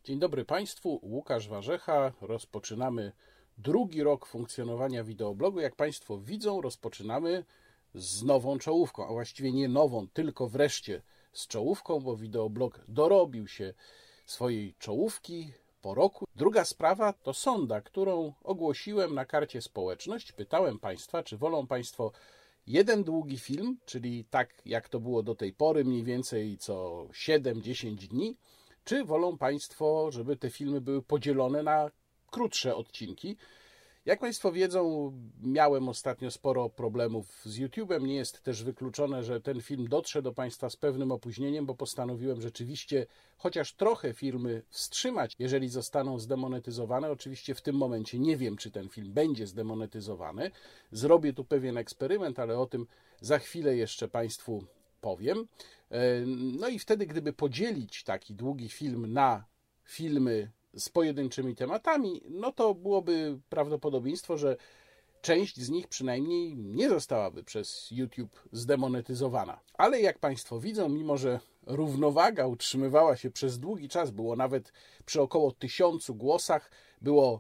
Dzień dobry Państwu, Łukasz Warzecha. Rozpoczynamy drugi rok funkcjonowania wideoblogu. Jak Państwo widzą, rozpoczynamy z nową czołówką, a właściwie nie nową, tylko wreszcie z czołówką, bo wideoblog dorobił się swojej czołówki po roku. Druga sprawa to sonda, którą ogłosiłem na karcie społeczność. Pytałem Państwa, czy wolą Państwo jeden długi film, czyli tak jak to było do tej pory, mniej więcej co 7-10 dni, czy wolą Państwo, żeby te filmy były podzielone na krótsze odcinki. Jak Państwo wiedzą, miałem ostatnio sporo problemów z YouTube'em. Nie jest też wykluczone, że ten film dotrze do Państwa z pewnym opóźnieniem, bo postanowiłem rzeczywiście chociaż trochę filmy wstrzymać, jeżeli zostaną zdemonetyzowane. Oczywiście w tym momencie nie wiem, czy ten film będzie zdemonetyzowany. Zrobię tu pewien eksperyment, ale o tym za chwilę jeszcze Państwu powiem. No i wtedy, gdyby podzielić taki długi film na filmy z pojedynczymi tematami, no to byłoby prawdopodobieństwo, że część z nich przynajmniej nie zostałaby przez YouTube zdemonetyzowana. Ale jak Państwo widzą, mimo że równowaga utrzymywała się przez długi czas, było nawet przy około 1000 głosach, było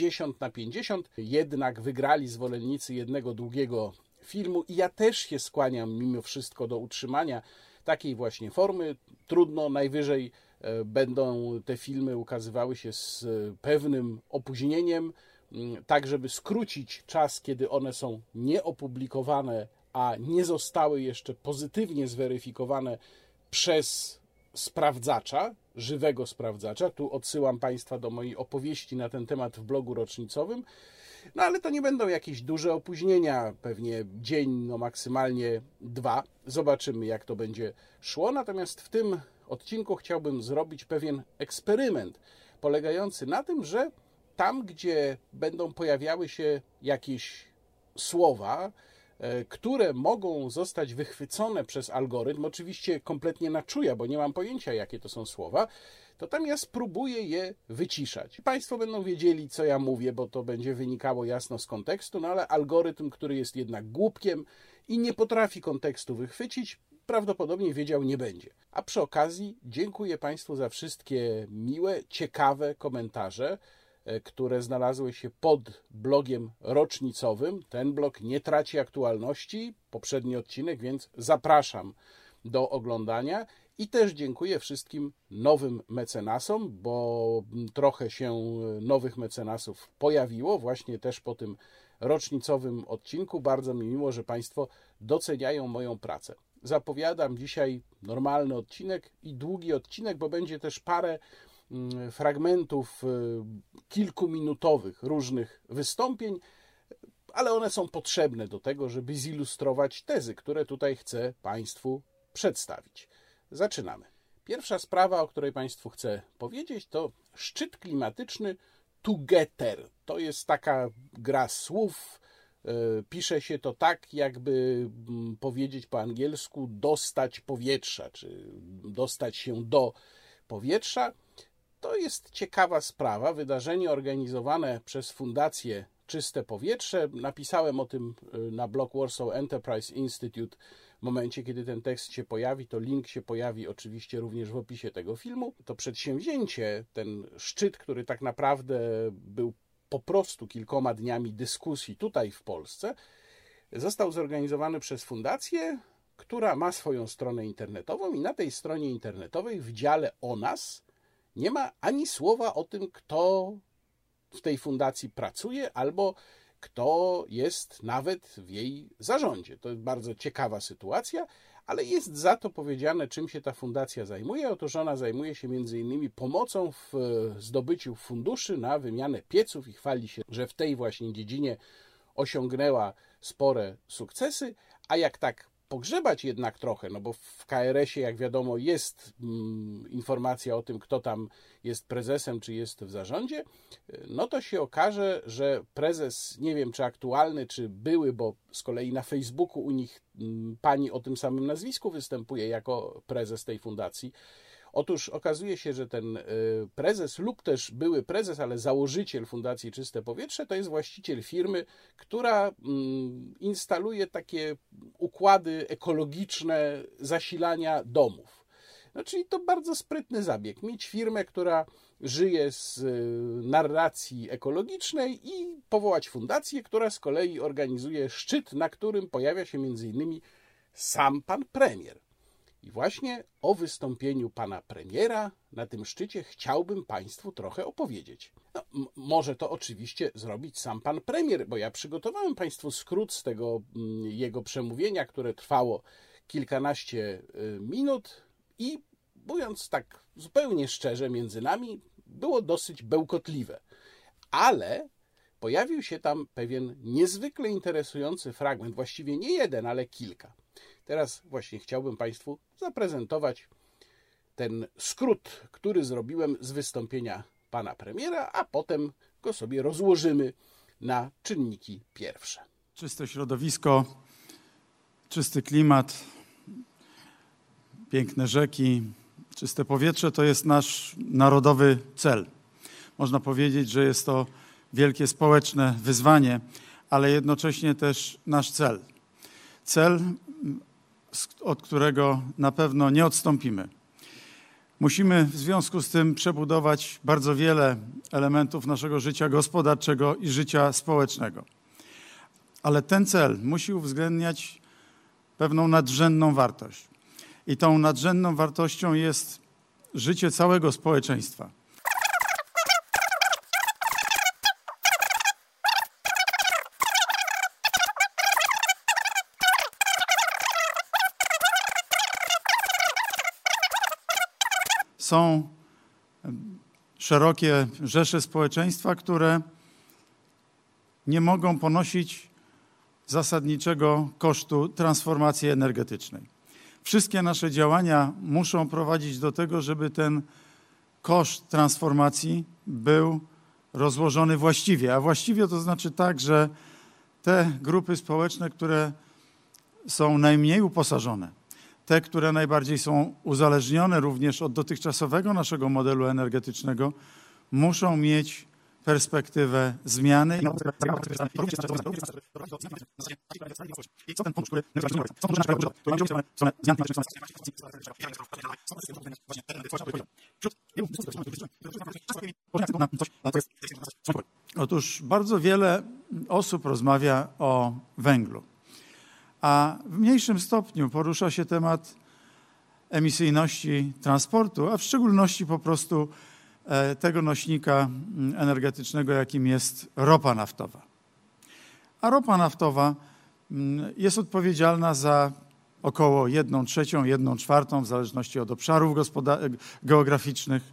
50-50, jednak wygrali zwolennicy jednego długiego filmu i ja też się skłaniam mimo wszystko do utrzymania takiej właśnie formy. Trudno, najwyżej będą te filmy ukazywały się z pewnym opóźnieniem, tak żeby skrócić czas, kiedy one są nieopublikowane, a nie zostały jeszcze pozytywnie zweryfikowane przez sprawdzacza, żywego sprawdzacza. Tu odsyłam Państwa do mojej opowieści na ten temat w blogu rocznicowym. No ale to nie będą jakieś duże opóźnienia, pewnie dzień, no maksymalnie 2. Zobaczymy, jak to będzie szło. Natomiast w tym odcinku chciałbym zrobić pewien eksperyment polegający na tym, że tam, gdzie będą pojawiały się jakieś słowa, które mogą zostać wychwycone przez algorytm, oczywiście kompletnie na czuja, bo nie mam pojęcia, jakie to są słowa, to tam ja spróbuję je wyciszać. Państwo będą wiedzieli, co ja mówię, bo to będzie wynikało jasno z kontekstu, no ale algorytm, który jest jednak głupkiem i nie potrafi kontekstu wychwycić, prawdopodobnie wiedział nie będzie. A przy okazji dziękuję Państwu za wszystkie miłe, ciekawe komentarze, które znalazły się pod blogiem rocznicowym. Ten blog nie traci aktualności, poprzedni odcinek, więc zapraszam do oglądania. I też dziękuję wszystkim nowym mecenasom, bo trochę się nowych mecenasów pojawiło właśnie też po tym rocznicowym odcinku. Bardzo mi miło, że Państwo doceniają moją pracę. Zapowiadam dzisiaj normalny odcinek i długi odcinek, bo będzie też parę fragmentów kilkuminutowych różnych wystąpień, ale one są potrzebne do tego, żeby zilustrować tezy, które tutaj chcę Państwu przedstawić. Zaczynamy. Pierwsza sprawa, o której Państwu chcę powiedzieć, to szczyt klimatyczny Together. To jest taka gra słów. Pisze się to tak, jakby powiedzieć po angielsku dostać powietrza, czy dostać się do powietrza. To jest ciekawa sprawa. Wydarzenie organizowane przez Fundację Czyste Powietrze. Napisałem o tym na blog Warsaw Enterprise Institute. W momencie, kiedy ten tekst się pojawi, to link się pojawi oczywiście również w opisie tego filmu. To przedsięwzięcie, ten szczyt, który tak naprawdę był po prostu kilkoma dniami dyskusji tutaj w Polsce, został zorganizowany przez fundację, która ma swoją stronę internetową i na tej stronie internetowej w dziale o nas nie ma ani słowa o tym, kto w tej fundacji pracuje albo kto jest nawet w jej zarządzie. To jest bardzo ciekawa sytuacja, ale jest za to powiedziane, czym się ta fundacja zajmuje. Otóż ona zajmuje się m.in. pomocą w zdobyciu funduszy na wymianę pieców i chwali się, że w tej właśnie dziedzinie osiągnęła spore sukcesy, a jak tak pogrzebać jednak trochę, no bo w KRS-ie, jak wiadomo, jest informacja o tym, kto tam jest prezesem, czy jest w zarządzie, no to się okaże, że prezes, nie wiem czy aktualny, czy były, bo z kolei na Facebooku u nich pani o tym samym nazwisku występuje jako prezes tej fundacji. Otóż okazuje się, że ten prezes lub też były prezes, ale założyciel Fundacji Czyste Powietrze to jest właściciel firmy, która instaluje takie układy ekologiczne zasilania domów. No, czyli to bardzo sprytny zabieg. Mieć firmę, która żyje z narracji ekologicznej i powołać fundację, która z kolei organizuje szczyt, na którym pojawia się m.in. sam pan premier. I właśnie o wystąpieniu pana premiera na tym szczycie chciałbym Państwu trochę opowiedzieć. No, może to oczywiście zrobić sam pan premier, bo ja przygotowałem Państwu skrót z tego jego przemówienia, które trwało kilkanaście minut i mówiąc tak zupełnie szczerze między nami, było dosyć bełkotliwe. Ale pojawił się tam pewien niezwykle interesujący fragment, właściwie nie jeden, ale kilka. Teraz właśnie chciałbym Państwu zaprezentować ten skrót, który zrobiłem z wystąpienia pana premiera, a potem go sobie rozłożymy na czynniki pierwsze. Czyste środowisko, czysty klimat, piękne rzeki, czyste powietrze to jest nasz narodowy cel. Można powiedzieć, że jest to wielkie społeczne wyzwanie, ale jednocześnie też nasz cel. Cel, od którego na pewno nie odstąpimy. Musimy w związku z tym przebudować bardzo wiele elementów naszego życia gospodarczego i życia społecznego. Ale ten cel musi uwzględniać pewną nadrzędną wartość. I tą nadrzędną wartością jest życie całego społeczeństwa. Są szerokie rzesze społeczeństwa, które nie mogą ponosić zasadniczego kosztu transformacji energetycznej. Wszystkie nasze działania muszą prowadzić do tego, żeby ten koszt transformacji był rozłożony właściwie. A właściwie to znaczy tak, że te grupy społeczne, które są najmniej uposażone, te, które najbardziej są uzależnione również od dotychczasowego naszego modelu energetycznego, muszą mieć perspektywę zmiany. Otóż bardzo wiele osób rozmawia o węglu, a w mniejszym stopniu porusza się temat emisyjności transportu, a w szczególności po prostu tego nośnika energetycznego, jakim jest ropa naftowa. A ropa naftowa jest odpowiedzialna za około 1/3, 1/4, w zależności od obszarów geograficznych,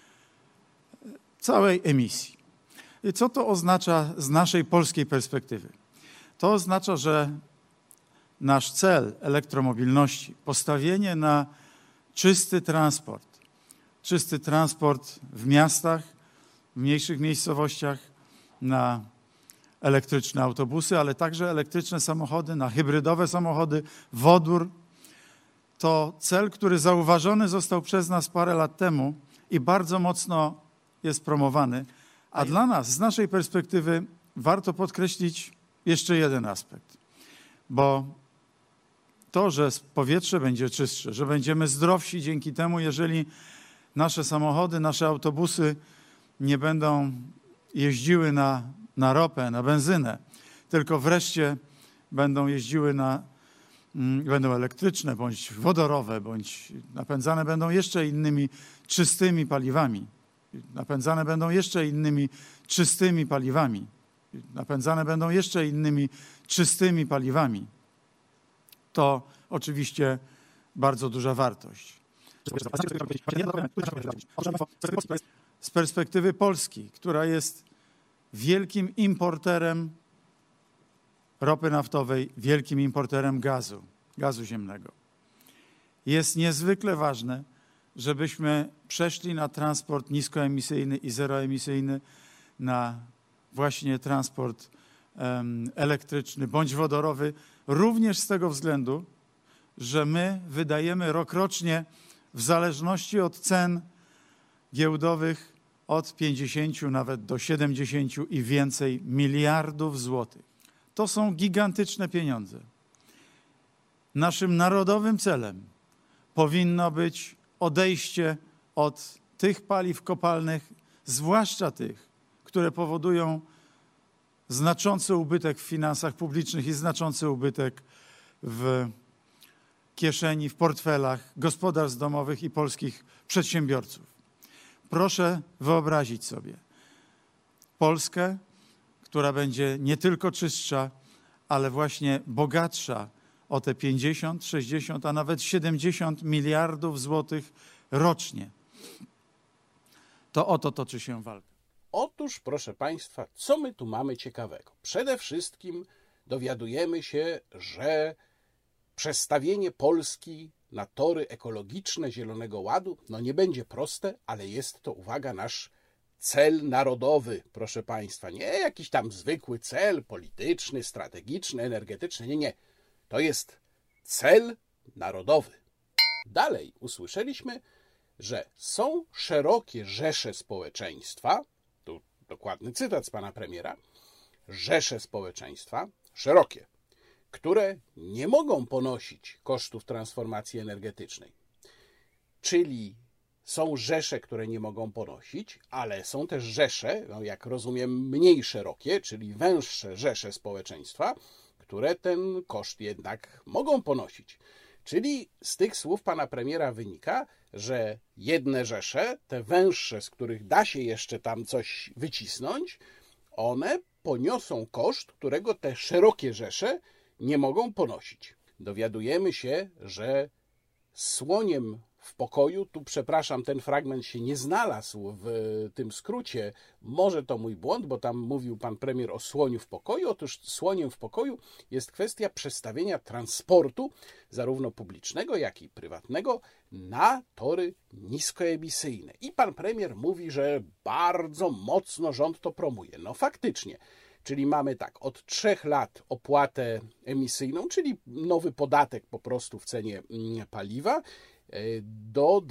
całej emisji. I co to oznacza z naszej polskiej perspektywy? To oznacza, że nasz cel elektromobilności, postawienie na czysty transport w miastach, w mniejszych miejscowościach, na elektryczne autobusy, ale także elektryczne samochody, na hybrydowe samochody, wodór. To cel, który zauważony został przez nas parę lat temu i bardzo mocno jest promowany. A dla nas, z naszej perspektywy, warto podkreślić jeszcze jeden aspekt. Bo to, że powietrze będzie czystsze, że będziemy zdrowsi dzięki temu, jeżeli nasze samochody, nasze autobusy nie będą jeździły na ropę, na benzynę, tylko wreszcie będą jeździły będą elektryczne, bądź wodorowe, bądź napędzane będą jeszcze innymi czystymi paliwami. Napędzane będą jeszcze innymi czystymi paliwami. Napędzane będą jeszcze innymi czystymi paliwami. To oczywiście bardzo duża wartość. Z perspektywy Polski, która jest wielkim importerem ropy naftowej, wielkim importerem gazu ziemnego, jest niezwykle ważne, żebyśmy przeszli na transport niskoemisyjny i zeroemisyjny, na właśnie transport elektryczny bądź wodorowy, również z tego względu, że my wydajemy rokrocznie w zależności od cen giełdowych od 50 nawet do 70 i więcej miliardów złotych. To są gigantyczne pieniądze. Naszym narodowym celem powinno być odejście od tych paliw kopalnych, zwłaszcza tych, które powodują znaczący ubytek w finansach publicznych i znaczący ubytek w kieszeni, w portfelach gospodarstw domowych i polskich przedsiębiorców. Proszę wyobrazić sobie Polskę, która będzie nie tylko czystsza, ale właśnie bogatsza o te 50, 60, a nawet 70 miliardów złotych rocznie. To o to toczy się walka. Otóż, proszę Państwa, co my tu mamy ciekawego? Przede wszystkim dowiadujemy się, że przestawienie Polski na tory ekologiczne Zielonego Ładu nie będzie proste, ale jest to, uwaga, nasz cel narodowy, proszę Państwa. Nie jakiś tam zwykły cel polityczny, strategiczny, energetyczny. Nie. To jest cel narodowy. Dalej usłyszeliśmy, że są szerokie rzesze społeczeństwa, tu dokładny cytat z pana premiera, rzesze społeczeństwa, szerokie, które nie mogą ponosić kosztów transformacji energetycznej. Czyli są rzesze, które nie mogą ponosić, ale są też rzesze, jak rozumiem, mniej szerokie, czyli węższe rzesze społeczeństwa, które ten koszt jednak mogą ponosić. Czyli z tych słów pana premiera wynika, że jedne rzesze, te węższe, z których da się jeszcze tam coś wycisnąć, one poniosą koszt, którego te szerokie rzesze nie mogą ponosić. Dowiadujemy się, że słoniem w pokoju, tu przepraszam, ten fragment się nie znalazł w tym skrócie, może to mój błąd, bo tam mówił pan premier o słoniu w pokoju. Otóż słoniem w pokoju jest kwestia przestawienia transportu, zarówno publicznego, jak i prywatnego, na tory niskoemisyjne. I pan premier mówi, że bardzo mocno rząd to promuje. No faktycznie. Czyli mamy tak, od 3 lat opłatę emisyjną, czyli nowy podatek po prostu w cenie paliwa. Do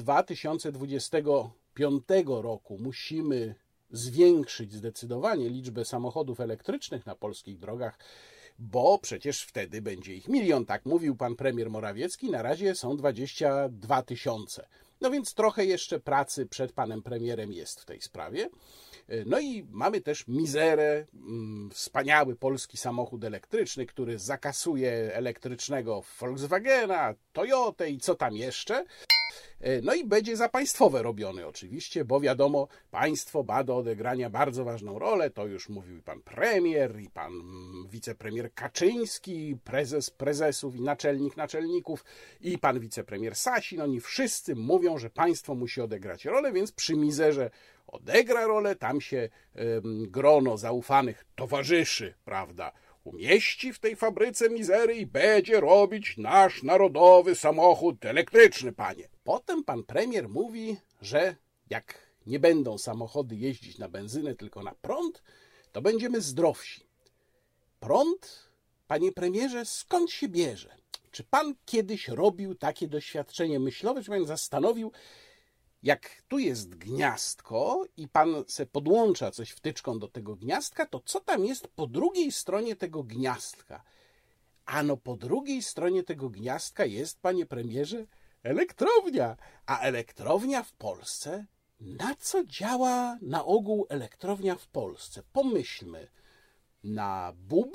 2025 roku musimy zwiększyć zdecydowanie liczbę samochodów elektrycznych na polskich drogach, bo przecież wtedy będzie ich 1 000 000, tak mówił pan premier Morawiecki, na razie są 22 000. No więc trochę jeszcze pracy przed panem premierem jest w tej sprawie. No i mamy też mizerę, wspaniały polski samochód elektryczny, który zakasuje elektrycznego Volkswagena, Toyotę i co tam jeszcze. No i będzie za państwowe robiony oczywiście, bo wiadomo, państwo ma do odegrania bardzo ważną rolę, to już mówił i pan premier, i pan wicepremier Kaczyński, prezes prezesów i naczelnik naczelników, i pan wicepremier Sasin. Oni wszyscy mówią, że państwo musi odegrać rolę, więc przy mizerze odegra rolę, tam się grono zaufanych towarzyszy, prawda, umieści w tej fabryce mizery i będzie robić nasz narodowy samochód elektryczny, panie. Potem pan premier mówi, że jak nie będą samochody jeździć na benzynę, tylko na prąd, to będziemy zdrowsi. Prąd, panie premierze, skąd się bierze? Czy pan kiedyś robił takie doświadczenie myślowe, czy pan zastanowił, jak tu jest gniazdko i pan se podłącza coś wtyczką do tego gniazdka, to co tam jest po drugiej stronie tego gniazdka? Ano po drugiej stronie tego gniazdka jest, panie premierze, elektrownia. A elektrownia w Polsce? Na co działa na ogół elektrownia w Polsce? Pomyślmy. Na bób?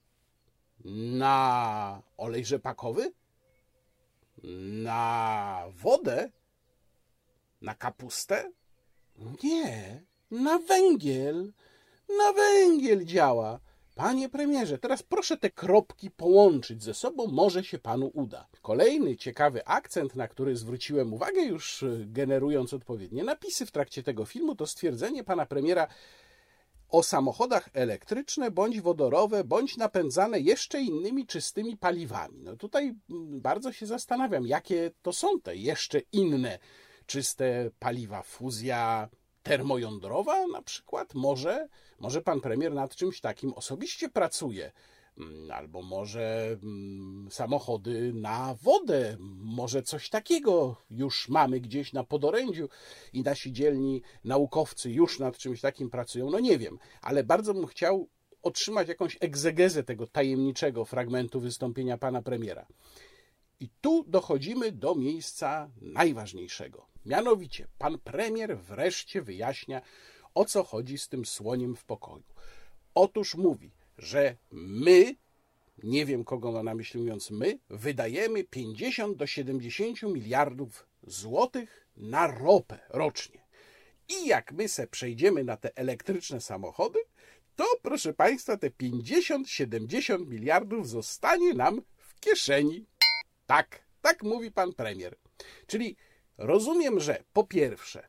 Na olej rzepakowy? Na wodę? Na kapustę? Nie, na węgiel. Na węgiel działa. Panie premierze, teraz proszę te kropki połączyć ze sobą, może się panu uda. Kolejny ciekawy akcent, na który zwróciłem uwagę, już generując odpowiednie napisy w trakcie tego filmu, to stwierdzenie pana premiera o samochodach elektryczne, bądź wodorowe, bądź napędzane jeszcze innymi czystymi paliwami. No tutaj bardzo się zastanawiam, jakie to są te jeszcze inne czyste paliwa, fuzja termojądrowa na przykład, może pan premier nad czymś takim osobiście pracuje, albo może samochody na wodę, może coś takiego już mamy gdzieś na podorędziu i nasi dzielni naukowcy już nad czymś takim pracują, no nie wiem, ale bardzo bym chciał otrzymać jakąś egzegezę tego tajemniczego fragmentu wystąpienia pana premiera. I tu dochodzimy do miejsca najważniejszego. Mianowicie pan premier wreszcie wyjaśnia, o co chodzi z tym słoniem w pokoju. Otóż mówi, że my, nie wiem kogo ma na myśli mówiąc my, wydajemy 50 do 70 miliardów złotych na ropę rocznie. I jak my se przejdziemy na te elektryczne samochody, to proszę Państwa te 50-70 miliardów zostanie nam w kieszeni. Tak mówi pan premier. Czyli rozumiem, że po pierwsze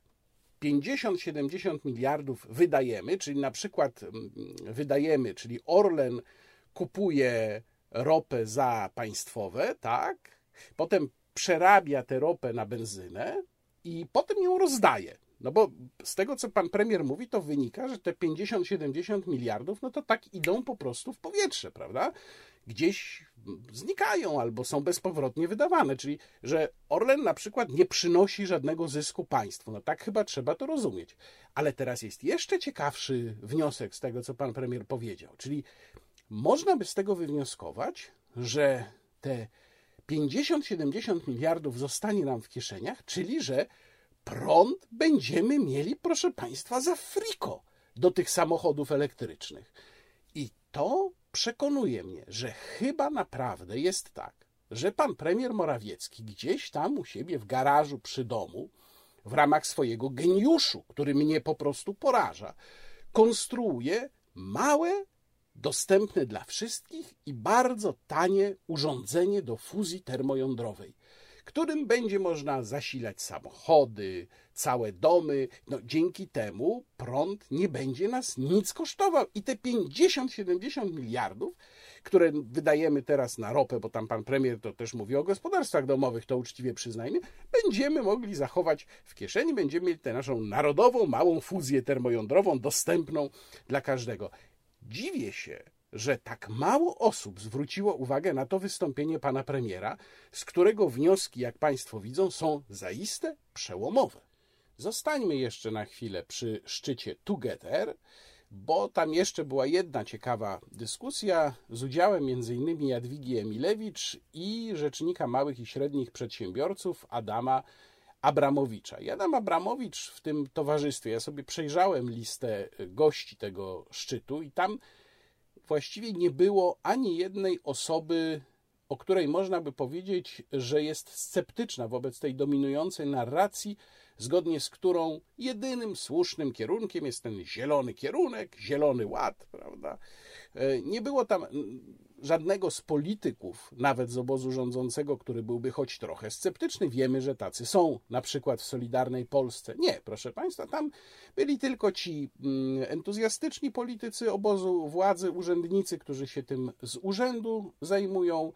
50-70 miliardów wydajemy, czyli na przykład wydajemy, czyli Orlen kupuje ropę za państwowe, tak? Potem przerabia tę ropę na benzynę i potem ją rozdaje. No bo z tego, co pan premier mówi, to wynika, że te 50-70 miliardów, no to tak idą po prostu w powietrze, prawda? Gdzieś znikają albo są bezpowrotnie wydawane, czyli że Orlen na przykład nie przynosi żadnego zysku państwu. No tak chyba trzeba to rozumieć. Ale teraz jest jeszcze ciekawszy wniosek z tego, co pan premier powiedział, czyli można by z tego wywnioskować, że te 50-70 miliardów zostanie nam w kieszeniach, czyli że prąd będziemy mieli, proszę Państwa, za friko do tych samochodów elektrycznych. I to przekonuje mnie, że chyba naprawdę jest tak, że pan premier Morawiecki gdzieś tam u siebie w garażu przy domu, w ramach swojego geniuszu, który mnie po prostu poraża, konstruuje małe, dostępne dla wszystkich i bardzo tanie urządzenie do fuzji termojądrowej, którym będzie można zasilać samochody, całe domy. No, dzięki temu prąd nie będzie nas nic kosztował. I te 50-70 miliardów, które wydajemy teraz na ropę, bo tam pan premier to też mówi o gospodarstwach domowych, to uczciwie przyznajmy, będziemy mogli zachować w kieszeni, będziemy mieli tę naszą narodową, małą fuzję termojądrową dostępną dla każdego. Dziwię się, że tak mało osób zwróciło uwagę na to wystąpienie pana premiera, z którego wnioski, jak państwo widzą, są zaiste przełomowe. Zostańmy jeszcze na chwilę przy szczycie Together, bo tam jeszcze była jedna ciekawa dyskusja z udziałem m.in. Jadwigi Emilewicz i rzecznika małych i średnich przedsiębiorców Adama Abramowicza. I Adam Abramowicz w tym towarzystwie, ja sobie przejrzałem listę gości tego szczytu i tam właściwie nie było ani jednej osoby, o której można by powiedzieć, że jest sceptyczna wobec tej dominującej narracji, zgodnie z którą jedynym słusznym kierunkiem jest ten zielony kierunek, zielony ład, prawda? Nie było tam żadnego z polityków, nawet z obozu rządzącego, który byłby choć trochę sceptyczny. Wiemy, że tacy są, na przykład w Solidarnej Polsce. Nie, proszę Państwa, tam byli tylko ci entuzjastyczni politycy obozu władzy, urzędnicy, którzy się tym z urzędu zajmują,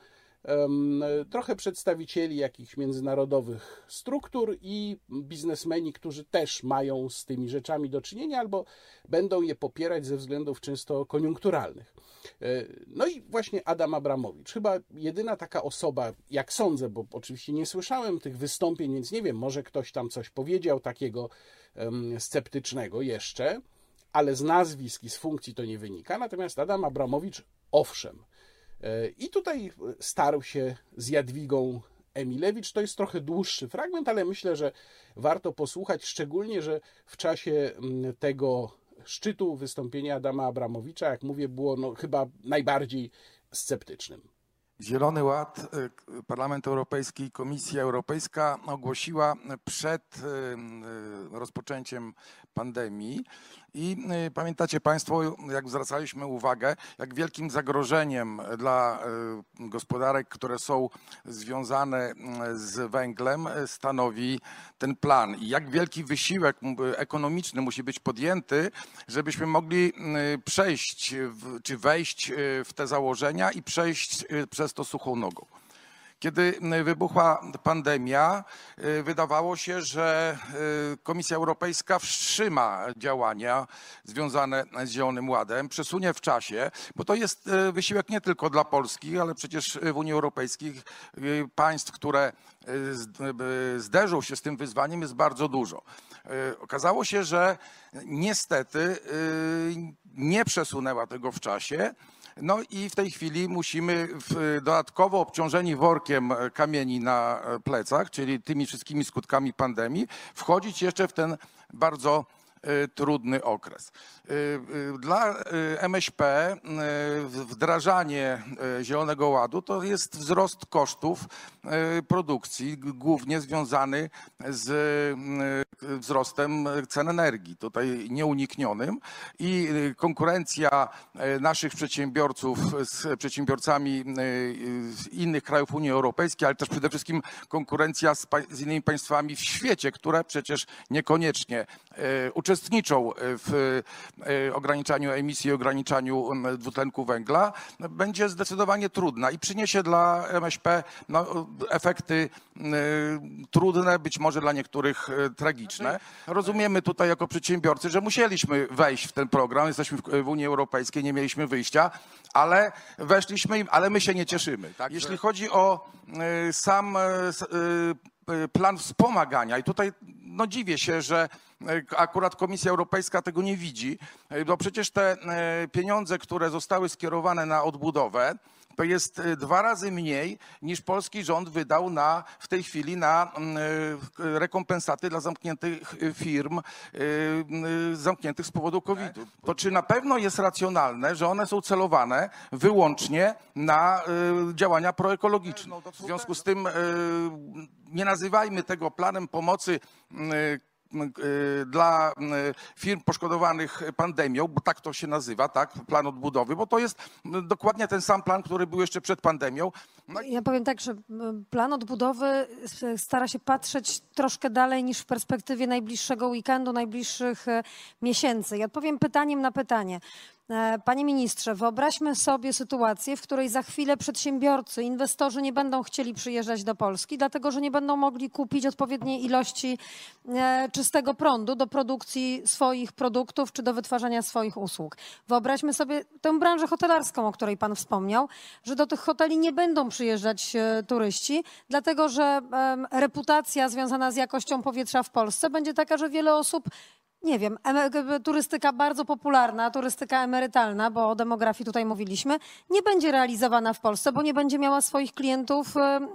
trochę przedstawicieli jakichś międzynarodowych struktur i biznesmeni, którzy też mają z tymi rzeczami do czynienia albo będą je popierać ze względów często koniunkturalnych. No i właśnie Adam Abramowicz, chyba jedyna taka osoba, jak sądzę, bo oczywiście nie słyszałem tych wystąpień, więc nie wiem, może ktoś tam coś powiedział takiego sceptycznego jeszcze, ale z nazwisk i z funkcji to nie wynika, natomiast Adam Abramowicz owszem. I tutaj starł się z Jadwigą Emilewicz. To jest trochę dłuższy fragment, ale myślę, że warto posłuchać, szczególnie, że w czasie tego szczytu wystąpienia Adama Abramowicza, jak mówię, było chyba najbardziej sceptycznym. Zielony Ład Parlament Europejski i Komisja Europejska ogłosiła przed rozpoczęciem pandemii i pamiętacie Państwo, jak zwracaliśmy uwagę, jak wielkim zagrożeniem dla gospodarek, które są związane z węglem, stanowi ten plan i jak wielki wysiłek ekonomiczny musi być podjęty, żebyśmy mogli przejść czy wejść w te założenia i przejść przez to suchą nogą. Kiedy wybuchła pandemia, wydawało się, że Komisja Europejska wstrzyma działania związane z Zielonym Ładem, przesunie w czasie, bo to jest wysiłek nie tylko dla Polski, ale przecież w Unii Europejskiej państw, które zderzą się z tym wyzwaniem, jest bardzo dużo. Okazało się, że niestety nie przesunęła tego w czasie, No i w tej chwili musimy dodatkowo obciążeni workiem kamieni na plecach, czyli tymi wszystkimi skutkami pandemii, wchodzić jeszcze w ten bardzo trudny okres. Dla MŚP wdrażanie Zielonego Ładu to jest wzrost kosztów produkcji, głównie związany z wzrostem cen energii, tutaj nieuniknionym, i konkurencja naszych przedsiębiorców z przedsiębiorcami z innych krajów Unii Europejskiej, ale też przede wszystkim konkurencja z innymi państwami w świecie, które przecież niekoniecznie uczestniczą w ograniczaniu emisji, ograniczaniu dwutlenku węgla, będzie zdecydowanie trudna i przyniesie dla MŚP efekty trudne, być może dla niektórych tragiczne. Rozumiemy tutaj jako przedsiębiorcy, że musieliśmy wejść w ten program, jesteśmy w Unii Europejskiej, nie mieliśmy wyjścia, ale weszliśmy, ale my się nie cieszymy. Tak? Jeśli chodzi o sam plan wspomagania, i tutaj dziwię się, że akurat Komisja Europejska tego nie widzi, bo przecież te pieniądze, które zostały skierowane na odbudowę, to jest 2 razy mniej niż polski rząd wydał w tej chwili na rekompensaty dla zamkniętych firm, zamkniętych z powodu COVID-u. To czy na pewno jest racjonalne, że one są celowane wyłącznie na działania proekologiczne? W związku z tym nie nazywajmy tego planem pomocy dla firm poszkodowanych pandemią, bo tak to się nazywa, tak, plan odbudowy, bo to jest dokładnie ten sam plan, który był jeszcze przed pandemią. Ja powiem tak, że plan odbudowy stara się patrzeć troszkę dalej niż w perspektywie najbliższego weekendu, najbliższych miesięcy. I odpowiem pytaniem na pytanie. Panie ministrze, wyobraźmy sobie sytuację, w której za chwilę przedsiębiorcy, inwestorzy nie będą chcieli przyjeżdżać do Polski, dlatego że nie będą mogli kupić odpowiedniej ilości czystego prądu do produkcji swoich produktów czy do wytwarzania swoich usług. Wyobraźmy sobie tę branżę hotelarską, o której pan wspomniał, że do tych hoteli nie będą przyjeżdżać turyści, dlatego że reputacja związana z jakością powietrza w Polsce będzie taka, że wiele osób, nie wiem, turystyka bardzo popularna, turystyka emerytalna, bo o demografii tutaj mówiliśmy, nie będzie realizowana w Polsce, bo nie będzie miała swoich klientów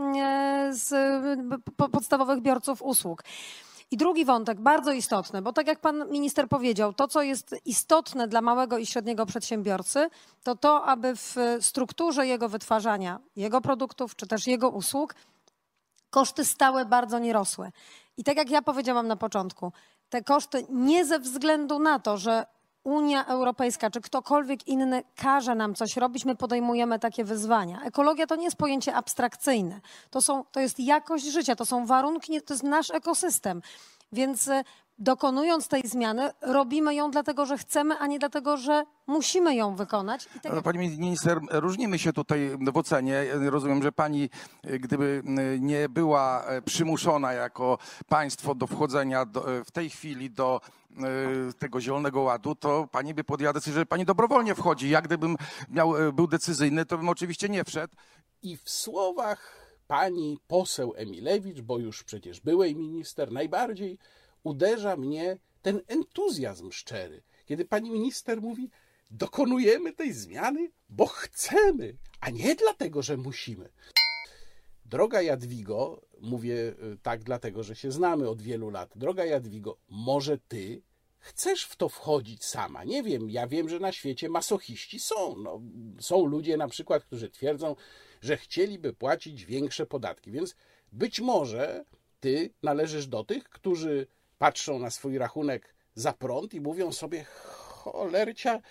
z podstawowych biorców usług. I drugi wątek, bardzo istotny, bo tak jak pan minister powiedział, to co jest istotne dla małego i średniego przedsiębiorcy, to aby w strukturze jego wytwarzania, jego produktów czy też jego usług koszty stałe bardzo nie rosły. I tak jak ja powiedziałam na początku, te koszty nie ze względu na to, że Unia Europejska czy ktokolwiek inny każe nam coś robić, my podejmujemy takie wyzwania. Ekologia to nie jest pojęcie abstrakcyjne. To jest jakość życia, to są warunki, to jest nasz ekosystem. Więc dokonując tej zmiany, robimy ją dlatego, że chcemy, a nie dlatego, że musimy ją wykonać. I tak... Pani minister, różnimy się tutaj w ocenie. Rozumiem, że pani, gdyby nie była przymuszona jako państwo do wchodzenia w tej chwili do tego Zielonego Ładu, to pani by podjęła decyzję, że pani dobrowolnie wchodzi. Ja gdybym był decyzyjny, to bym oczywiście nie wszedł. I w słowach pani poseł Emilewicz, bo już przecież byłej minister, najbardziej uderza mnie ten entuzjazm szczery, kiedy pani minister mówi: dokonujemy tej zmiany, bo chcemy, a nie dlatego, że musimy. Droga Jadwigo, mówię tak dlatego, że się znamy od wielu lat, droga Jadwigo, może ty chcesz w to wchodzić sama? Nie wiem, ja wiem, że na świecie masochiści są. Są ludzie na przykład, którzy twierdzą, że chcieliby płacić większe podatki, więc być może ty należysz do tych, którzy patrzą na swój rachunek za prąd i mówią sobie: cholercia,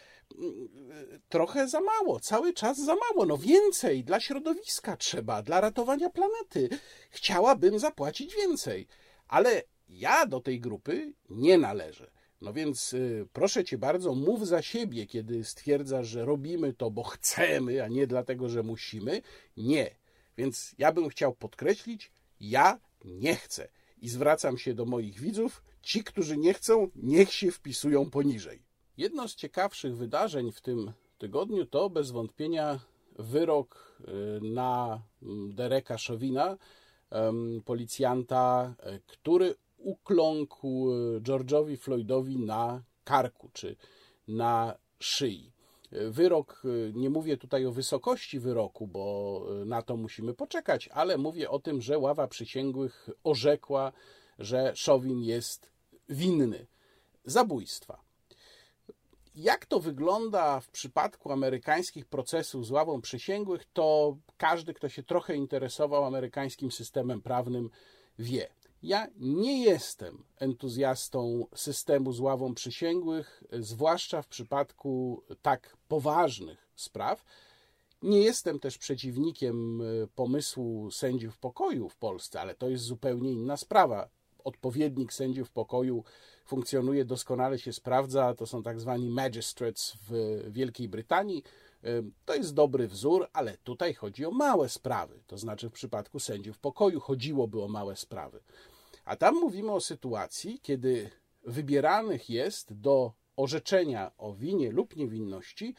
trochę za mało, cały czas za mało, więcej dla środowiska trzeba, dla ratowania planety. Chciałabym zapłacić więcej, ale ja do tej grupy nie należę. Więc proszę cię bardzo, mów za siebie, kiedy stwierdzasz, że robimy to, bo chcemy, a nie dlatego, że musimy. Nie. Więc ja bym chciał podkreślić, ja nie chcę. I zwracam się do moich widzów, ci, którzy nie chcą, niech się wpisują poniżej. Jedno z ciekawszych wydarzeń w tym tygodniu to bez wątpienia wyrok na Dereka Chauvina, policjanta, który ukląkł George'owi Floydowi na karku czy na szyi. wyrok, nie mówię tutaj o wysokości wyroku, bo na to musimy poczekać, ale mówię o tym, że ława przysięgłych orzekła, że Chauvin jest winny zabójstwa. Jak to wygląda w przypadku amerykańskich procesów z ławą przysięgłych, to każdy, kto się trochę interesował amerykańskim systemem prawnym, wie. Ja nie jestem entuzjastą systemu z ławą przysięgłych, zwłaszcza w przypadku tak poważnych spraw. Nie jestem też przeciwnikiem pomysłu sędziów pokoju w Polsce, ale to jest zupełnie inna sprawa. Odpowiednik sędziów pokoju funkcjonuje, doskonale się sprawdza. To są tak zwani magistrates w Wielkiej Brytanii. To jest dobry wzór, ale tutaj chodzi o małe sprawy. To znaczy w przypadku sędziów pokoju chodziłoby o małe sprawy. A tam mówimy o sytuacji, kiedy wybieranych jest do orzeczenia o winie lub niewinności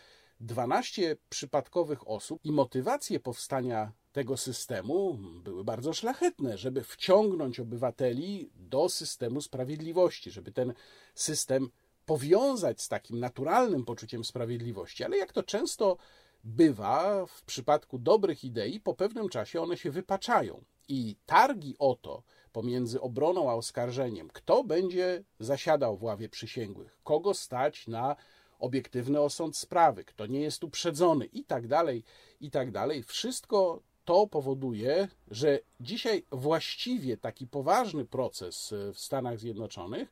12 przypadkowych osób i motywacje powstania tego systemu były bardzo szlachetne, żeby wciągnąć obywateli do systemu sprawiedliwości, żeby ten system powiązać z takim naturalnym poczuciem sprawiedliwości. Ale jak to często bywa w przypadku dobrych idei, po pewnym czasie one się wypaczają. I targi o to pomiędzy obroną a oskarżeniem, kto będzie zasiadał w ławie przysięgłych, kogo stać na obiektywny osąd sprawy, kto nie jest uprzedzony i tak dalej. Wszystko to powoduje, że dzisiaj właściwie taki poważny proces w Stanach Zjednoczonych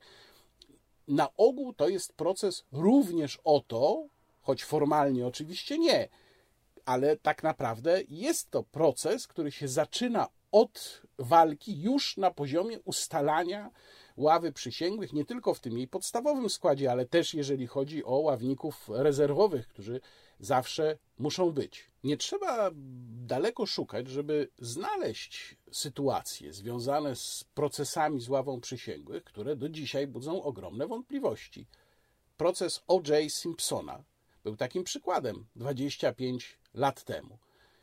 na ogół to jest proces również o to, choć formalnie oczywiście nie, ale tak naprawdę jest to proces, który się zaczyna od walki już na poziomie ustalania ławy przysięgłych, nie tylko w tym jej podstawowym składzie, ale też jeżeli chodzi o ławników rezerwowych, którzy zawsze muszą być. Nie trzeba daleko szukać, żeby znaleźć sytuacje związane z procesami z ławą przysięgłych, które do dzisiaj budzą ogromne wątpliwości. Proces O.J. Simpsona był takim przykładem 25 lat temu.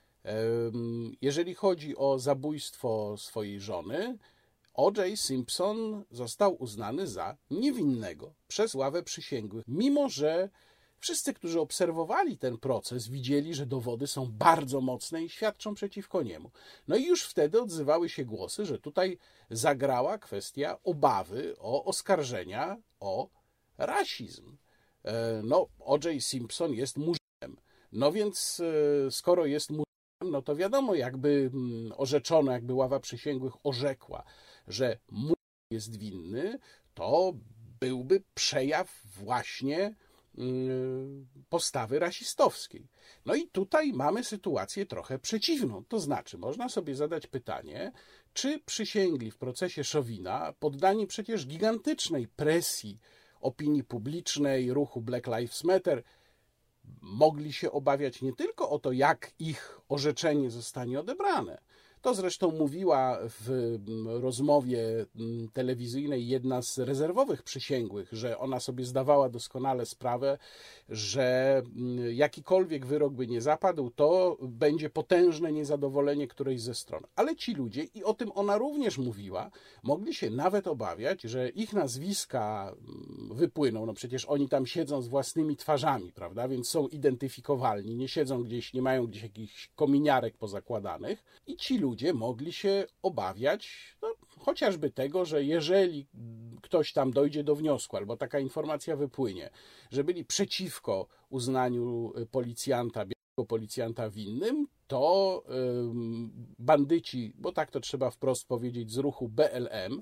Jeżeli chodzi o zabójstwo swojej żony, O.J. Simpson został uznany za niewinnego przez ławę przysięgłych, mimo że wszyscy, którzy obserwowali ten proces, widzieli, że dowody są bardzo mocne i świadczą przeciwko niemu. No i już wtedy odzywały się głosy, że tutaj zagrała kwestia obawy o oskarżenia o rasizm. No, O.J. Simpson jest murzynem. No więc skoro jest murzynem, no to wiadomo, jakby orzeczono, jakby ława przysięgłych orzekła, że murzyn jest winny, to byłby przejaw właśnie postawy rasistowskiej. No i tutaj mamy sytuację trochę przeciwną. To znaczy, można sobie zadać pytanie, czy przysięgli w procesie Chauvina, poddani przecież gigantycznej presji opinii publicznej, ruchu Black Lives Matter, mogli się obawiać nie tylko o to, jak ich orzeczenie zostanie odebrane. To zresztą mówiła w rozmowie telewizyjnej jedna z rezerwowych przysięgłych, że ona sobie zdawała doskonale sprawę, że jakikolwiek wyrok by nie zapadł, to będzie potężne niezadowolenie którejś ze stron. Ale ci ludzie, i o tym ona również mówiła, mogli się nawet obawiać, że ich nazwiska wypłyną. No przecież oni tam siedzą z własnymi twarzami, prawda? Więc są identyfikowalni, nie siedzą gdzieś, nie mają gdzieś jakichś kominiarek pozakładanych i ci ludzie mogli się obawiać chociażby tego, że jeżeli ktoś tam dojdzie do wniosku, albo taka informacja wypłynie, że byli przeciwko uznaniu białego policjanta winnym, to bandyci, bo tak to trzeba wprost powiedzieć, z ruchu BLM,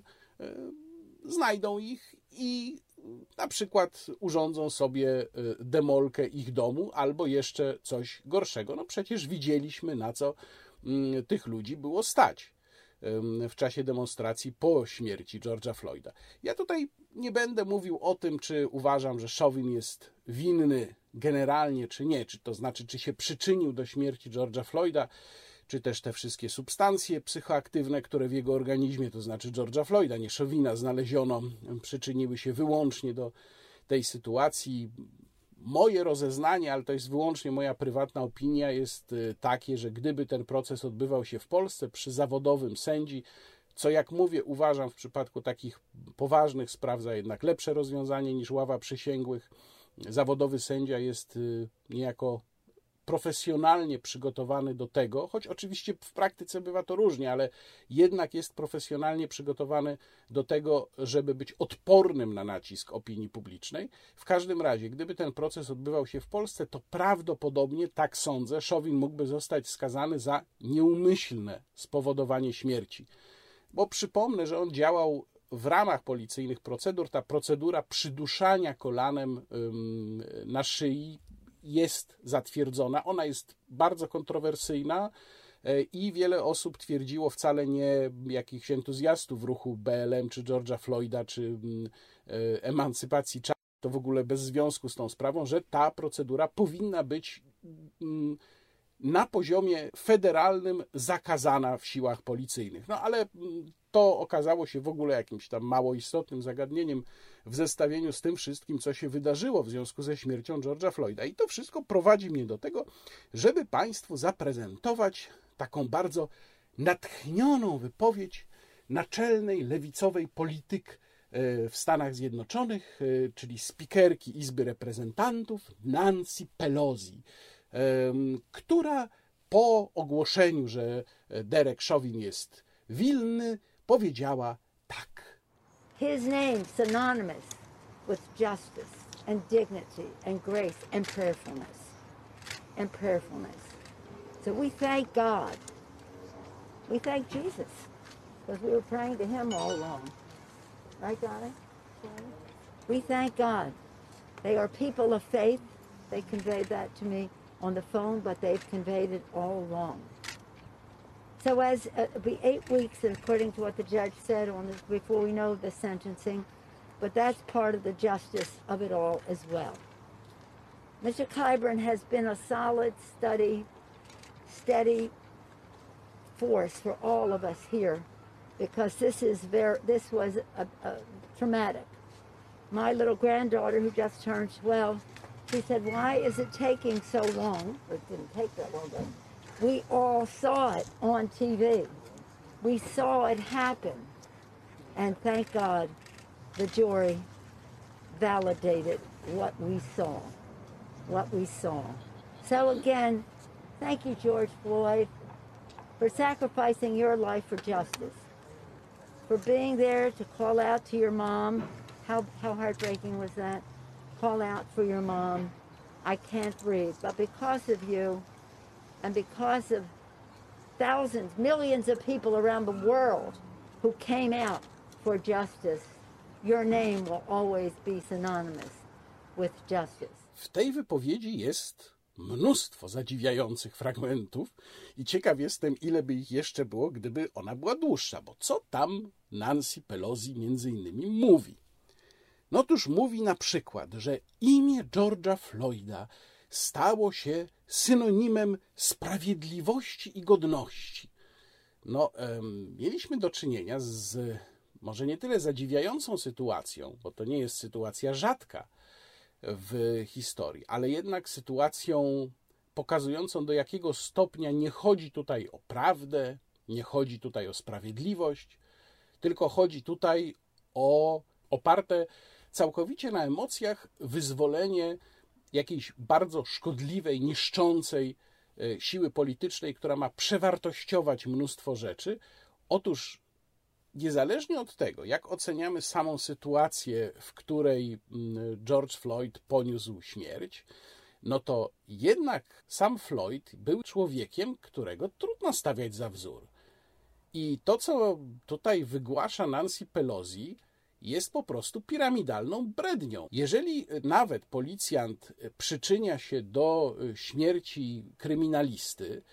znajdą ich i na przykład urządzą sobie demolkę ich domu, albo jeszcze coś gorszego. No przecież widzieliśmy, na co tych ludzi było stać w czasie demonstracji po śmierci George'a Floyda. Ja tutaj nie będę mówił o tym, czy uważam, że Chauvin jest winny generalnie, czy nie, czy to znaczy, czy się przyczynił do śmierci George'a Floyda, czy też te wszystkie substancje psychoaktywne, które w jego organizmie, to znaczy George'a Floyda, nie Chauvina, znaleziono, przyczyniły się wyłącznie do tej sytuacji. Moje rozeznanie, ale to jest wyłącznie moja prywatna opinia, jest takie, że gdyby ten proces odbywał się w Polsce przy zawodowym sędzi, co jak mówię, uważam w przypadku takich poważnych spraw za jednak lepsze rozwiązanie niż ława przysięgłych, zawodowy sędzia jest niejako profesjonalnie przygotowany do tego, choć oczywiście w praktyce bywa to różnie, ale jednak jest profesjonalnie przygotowany do tego, żeby być odpornym na nacisk opinii publicznej. W każdym razie, gdyby ten proces odbywał się w Polsce, to prawdopodobnie, tak sądzę, Szowin mógłby zostać skazany za nieumyślne spowodowanie śmierci. Bo przypomnę, że on działał w ramach policyjnych procedur. Ta procedura przyduszania kolanem na szyi jest zatwierdzona. Ona jest bardzo kontrowersyjna i wiele osób twierdziło, wcale nie jakichś entuzjastów ruchu BLM, czy George'a Floyda, czy emancypacji czarnych, to w ogóle bez związku z tą sprawą, że ta procedura powinna być na poziomie federalnym zakazana w siłach policyjnych. No ale to okazało się w ogóle jakimś tam mało istotnym zagadnieniem w zestawieniu z tym wszystkim, co się wydarzyło w związku ze śmiercią George'a Floyda. I to wszystko prowadzi mnie do tego, żeby Państwu zaprezentować taką bardzo natchnioną wypowiedź naczelnej lewicowej polityk w Stanach Zjednoczonych, czyli spikerki Izby Reprezentantów Nancy Pelosi, która po ogłoszeniu, że Derek Chauvin jest winny, powiedziała tak. His name synonymous with justice and dignity and grace and prayerfulness. And prayerfulness. So we thank God. We thank Jesus because we were praying to him all along. Right, Donna? We thank God. They are people of faith. They conveyed that to me on the phone, but they've conveyed it all along. So as it'll be 8 weeks, according to what the judge said on this, before we know the sentencing, but that's part of the justice of it all as well. Mr. Clyburn has been a solid, steady force for all of us here, because this was a traumatic. My little granddaughter, who just turned 12, she said, "Why is it taking so long?" It didn't take that long, but we all saw it on TV. We saw it happen. And thank God the jury validated what we saw. So again, thank you, George Floyd, for sacrificing your life for justice, for being there to call out to your mom. How heartbreaking was that? Call out for your mom. I can't breathe. But because of you, and because of thousands, millions of people around the world who came out for justice, your name will always be synonymous with justice. W tej wypowiedzi jest mnóstwo zadziwiających fragmentów i ciekaw jestem, ile by ich jeszcze było, gdyby ona była dłuższa, bo co tam Nancy Pelosi między innymi mówi? No otóż mówi na przykład, że imię George'a Floyda stało się synonimem sprawiedliwości i godności. No, mieliśmy do czynienia z może nie tyle zadziwiającą sytuacją, bo to nie jest sytuacja rzadka w historii, ale jednak sytuacją pokazującą, do jakiego stopnia nie chodzi tutaj o prawdę, nie chodzi tutaj o sprawiedliwość, tylko chodzi tutaj o oparte całkowicie na emocjach wyzwolenie jakiejś bardzo szkodliwej, niszczącej siły politycznej, która ma przewartościować mnóstwo rzeczy. Otóż niezależnie od tego, jak oceniamy samą sytuację, w której George Floyd poniósł śmierć, no to jednak sam Floyd był człowiekiem, którego trudno stawiać za wzór. I to, co tutaj wygłasza Nancy Pelosi, jest po prostu piramidalną brednią. Jeżeli nawet policjant przyczynia się do śmierci kryminalisty,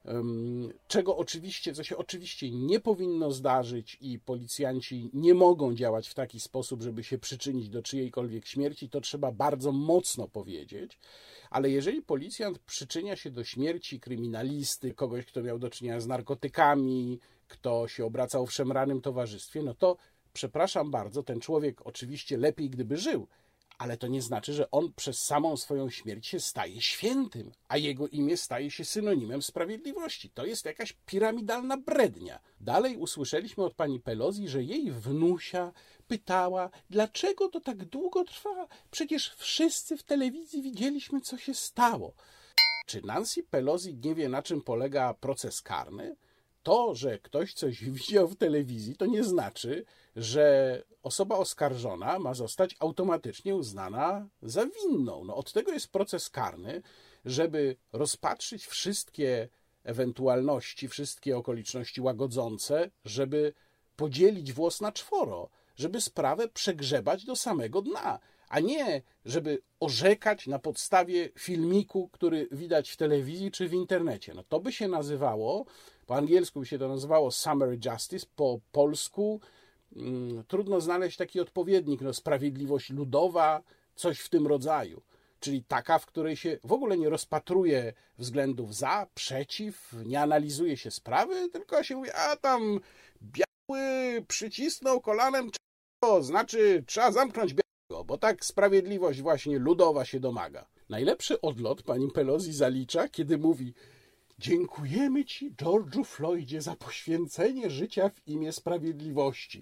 co się oczywiście nie powinno zdarzyć i policjanci nie mogą działać w taki sposób, żeby się przyczynić do czyjejkolwiek śmierci, to trzeba bardzo mocno powiedzieć, ale jeżeli policjant przyczynia się do śmierci kryminalisty, kogoś, kto miał do czynienia z narkotykami, kto się obracał w szemranym towarzystwie, no to przepraszam bardzo, ten człowiek oczywiście lepiej gdyby żył, ale to nie znaczy, że on przez samą swoją śmierć się staje świętym, a jego imię staje się synonimem sprawiedliwości. To jest jakaś piramidalna brednia. Dalej usłyszeliśmy od pani Pelosi, że jej wnusia pytała, dlaczego to tak długo trwa? Przecież wszyscy w telewizji widzieliśmy, co się stało. Czy Nancy Pelosi nie wie, na czym polega proces karny? To, że ktoś coś widział w telewizji, to nie znaczy, że osoba oskarżona ma zostać automatycznie uznana za winną. No, od tego jest proces karny, żeby rozpatrzyć wszystkie ewentualności, wszystkie okoliczności łagodzące, żeby podzielić włos na czworo, żeby sprawę przegrzebać do samego dna, a nie żeby orzekać na podstawie filmiku, który widać w telewizji czy w internecie. No to by się nazywało, po angielsku by się to nazywało summary justice, po polsku trudno znaleźć taki odpowiednik, no sprawiedliwość ludowa, coś w tym rodzaju. Czyli taka, w której się w ogóle nie rozpatruje względów za, przeciw, nie analizuje się sprawy, tylko się mówi, a tam biały przycisnął kolanem, to znaczy trzeba zamknąć białego, bo tak sprawiedliwość właśnie ludowa się domaga. Najlepszy odlot pani Pelosi zalicza, kiedy mówi: dziękujemy ci, George'u Floydzie, za poświęcenie życia w imię sprawiedliwości.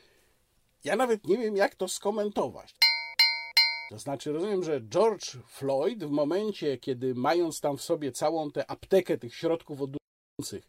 Ja nawet nie wiem, jak to skomentować. To znaczy, rozumiem, że George Floyd w momencie, kiedy mając tam w sobie całą tę aptekę tych środków odurzających,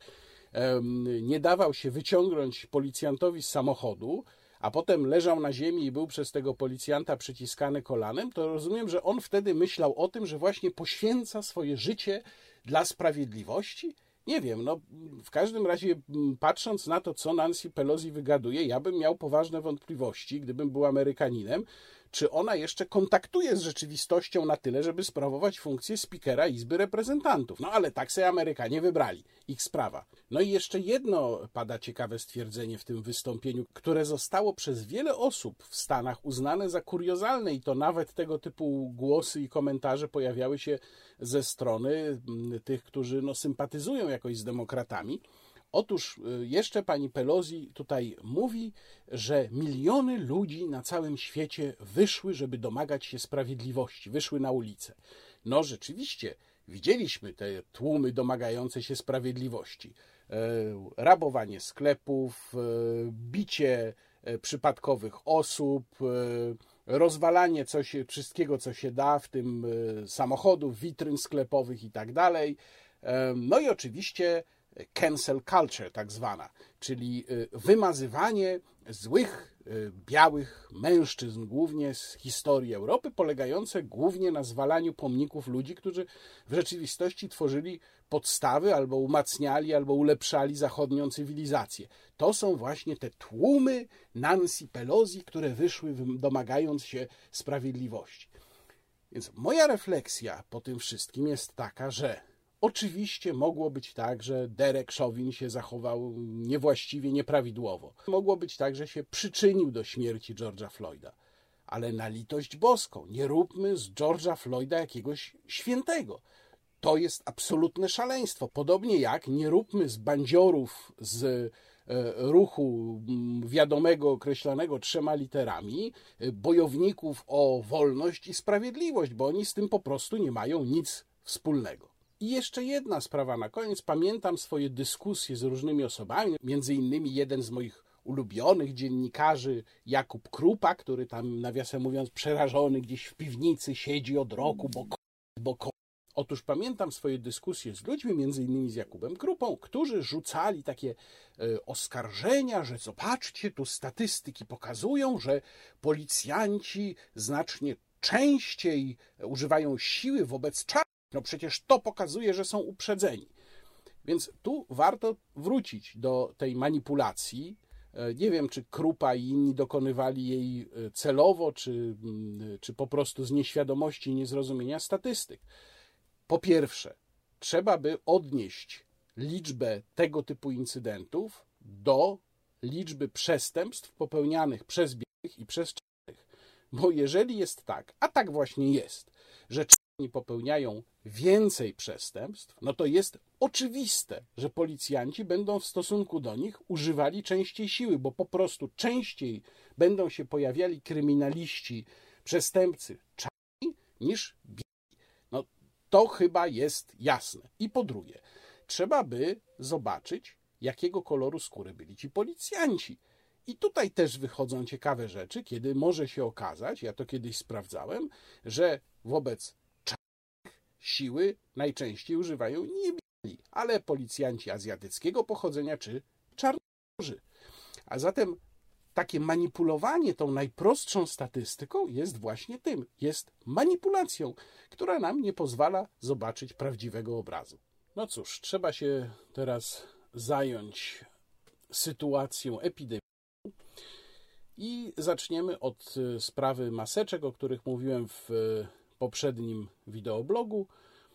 nie dawał się wyciągnąć policjantowi z samochodu, a potem leżał na ziemi i był przez tego policjanta przyciskany kolanem, to rozumiem, że on wtedy myślał o tym, że właśnie poświęca swoje życie dla sprawiedliwości? Nie wiem, no w każdym razie patrząc na to, co Nancy Pelosi wygaduje, ja bym miał poważne wątpliwości, gdybym był Amerykaninem, czy ona jeszcze kontaktuje z rzeczywistością na tyle, żeby sprawować funkcję spikera Izby Reprezentantów. No ale tak sobie Amerykanie wybrali. Ich sprawa. No i jeszcze jedno pada ciekawe stwierdzenie w tym wystąpieniu, które zostało przez wiele osób w Stanach uznane za kuriozalne i to nawet tego typu głosy i komentarze pojawiały się ze strony tych, którzy sympatyzują jakoś z demokratami. Otóż jeszcze pani Pelosi tutaj mówi, że miliony ludzi na całym świecie wyszły, żeby domagać się sprawiedliwości, wyszły na ulicę. No rzeczywiście, widzieliśmy te tłumy domagające się sprawiedliwości. Rabowanie sklepów, bicie przypadkowych osób, rozwalanie wszystkiego, co się da, w tym samochodów, witryn sklepowych i tak dalej. No i oczywiście cancel culture tak zwana, czyli wymazywanie złych, białych mężczyzn, głównie z historii Europy, polegające głównie na zwalaniu pomników ludzi, którzy w rzeczywistości tworzyli podstawy, albo umacniali, albo ulepszali zachodnią cywilizację. To są właśnie te tłumy Nancy Pelosi, które wyszły domagając się sprawiedliwości. Więc moja refleksja po tym wszystkim jest taka, że oczywiście mogło być tak, że Derek Chauvin się zachował niewłaściwie, nieprawidłowo. Mogło być tak, że się przyczynił do śmierci George'a Floyda. Ale na litość boską, nie róbmy z George'a Floyda jakiegoś świętego. To jest absolutne szaleństwo. Podobnie jak nie róbmy z bandziorów z ruchu wiadomego, określanego 3 literami, bojowników o wolność i sprawiedliwość, bo oni z tym po prostu nie mają nic wspólnego. I jeszcze jedna sprawa na koniec. Pamiętam swoje dyskusje z różnymi osobami, między innymi jeden z moich ulubionych dziennikarzy, Jakub Krupa, który tam, nawiasem mówiąc, przerażony gdzieś w piwnicy siedzi od roku, bo Otóż pamiętam swoje dyskusje z ludźmi, między innymi z Jakubem Krupą, którzy rzucali takie oskarżenia, że zobaczcie, tu statystyki pokazują, że policjanci znacznie częściej używają siły wobec czarnych. No przecież to pokazuje, że są uprzedzeni. Więc tu warto wrócić do tej manipulacji. Nie wiem, czy Krupa i inni dokonywali jej celowo, czy po prostu z nieświadomości i niezrozumienia statystyk. Po pierwsze, trzeba by odnieść liczbę tego typu incydentów do liczby przestępstw popełnianych przez białych i przez czarnych. Bo jeżeli jest tak, a tak właśnie jest, że czarni popełniają więcej przestępstw, no to jest oczywiste, że policjanci będą w stosunku do nich używali częściej siły, bo po prostu częściej będą się pojawiali kryminaliści przestępcy czarni niż biali. No to chyba jest jasne. I po drugie, trzeba by zobaczyć, jakiego koloru skóry byli ci policjanci. I tutaj też wychodzą ciekawe rzeczy, kiedy może się okazać, ja to kiedyś sprawdzałem, że wobec czarnych siły najczęściej używają nie biali, ale policjanci azjatyckiego pochodzenia czy czarnoskórzy. A zatem takie manipulowanie tą najprostszą statystyką jest właśnie tym, jest manipulacją, która nam nie pozwala zobaczyć prawdziwego obrazu. No cóż, trzeba się teraz zająć sytuacją epidemii i zaczniemy od sprawy maseczek, o których mówiłem w poprzednim wideoblogu,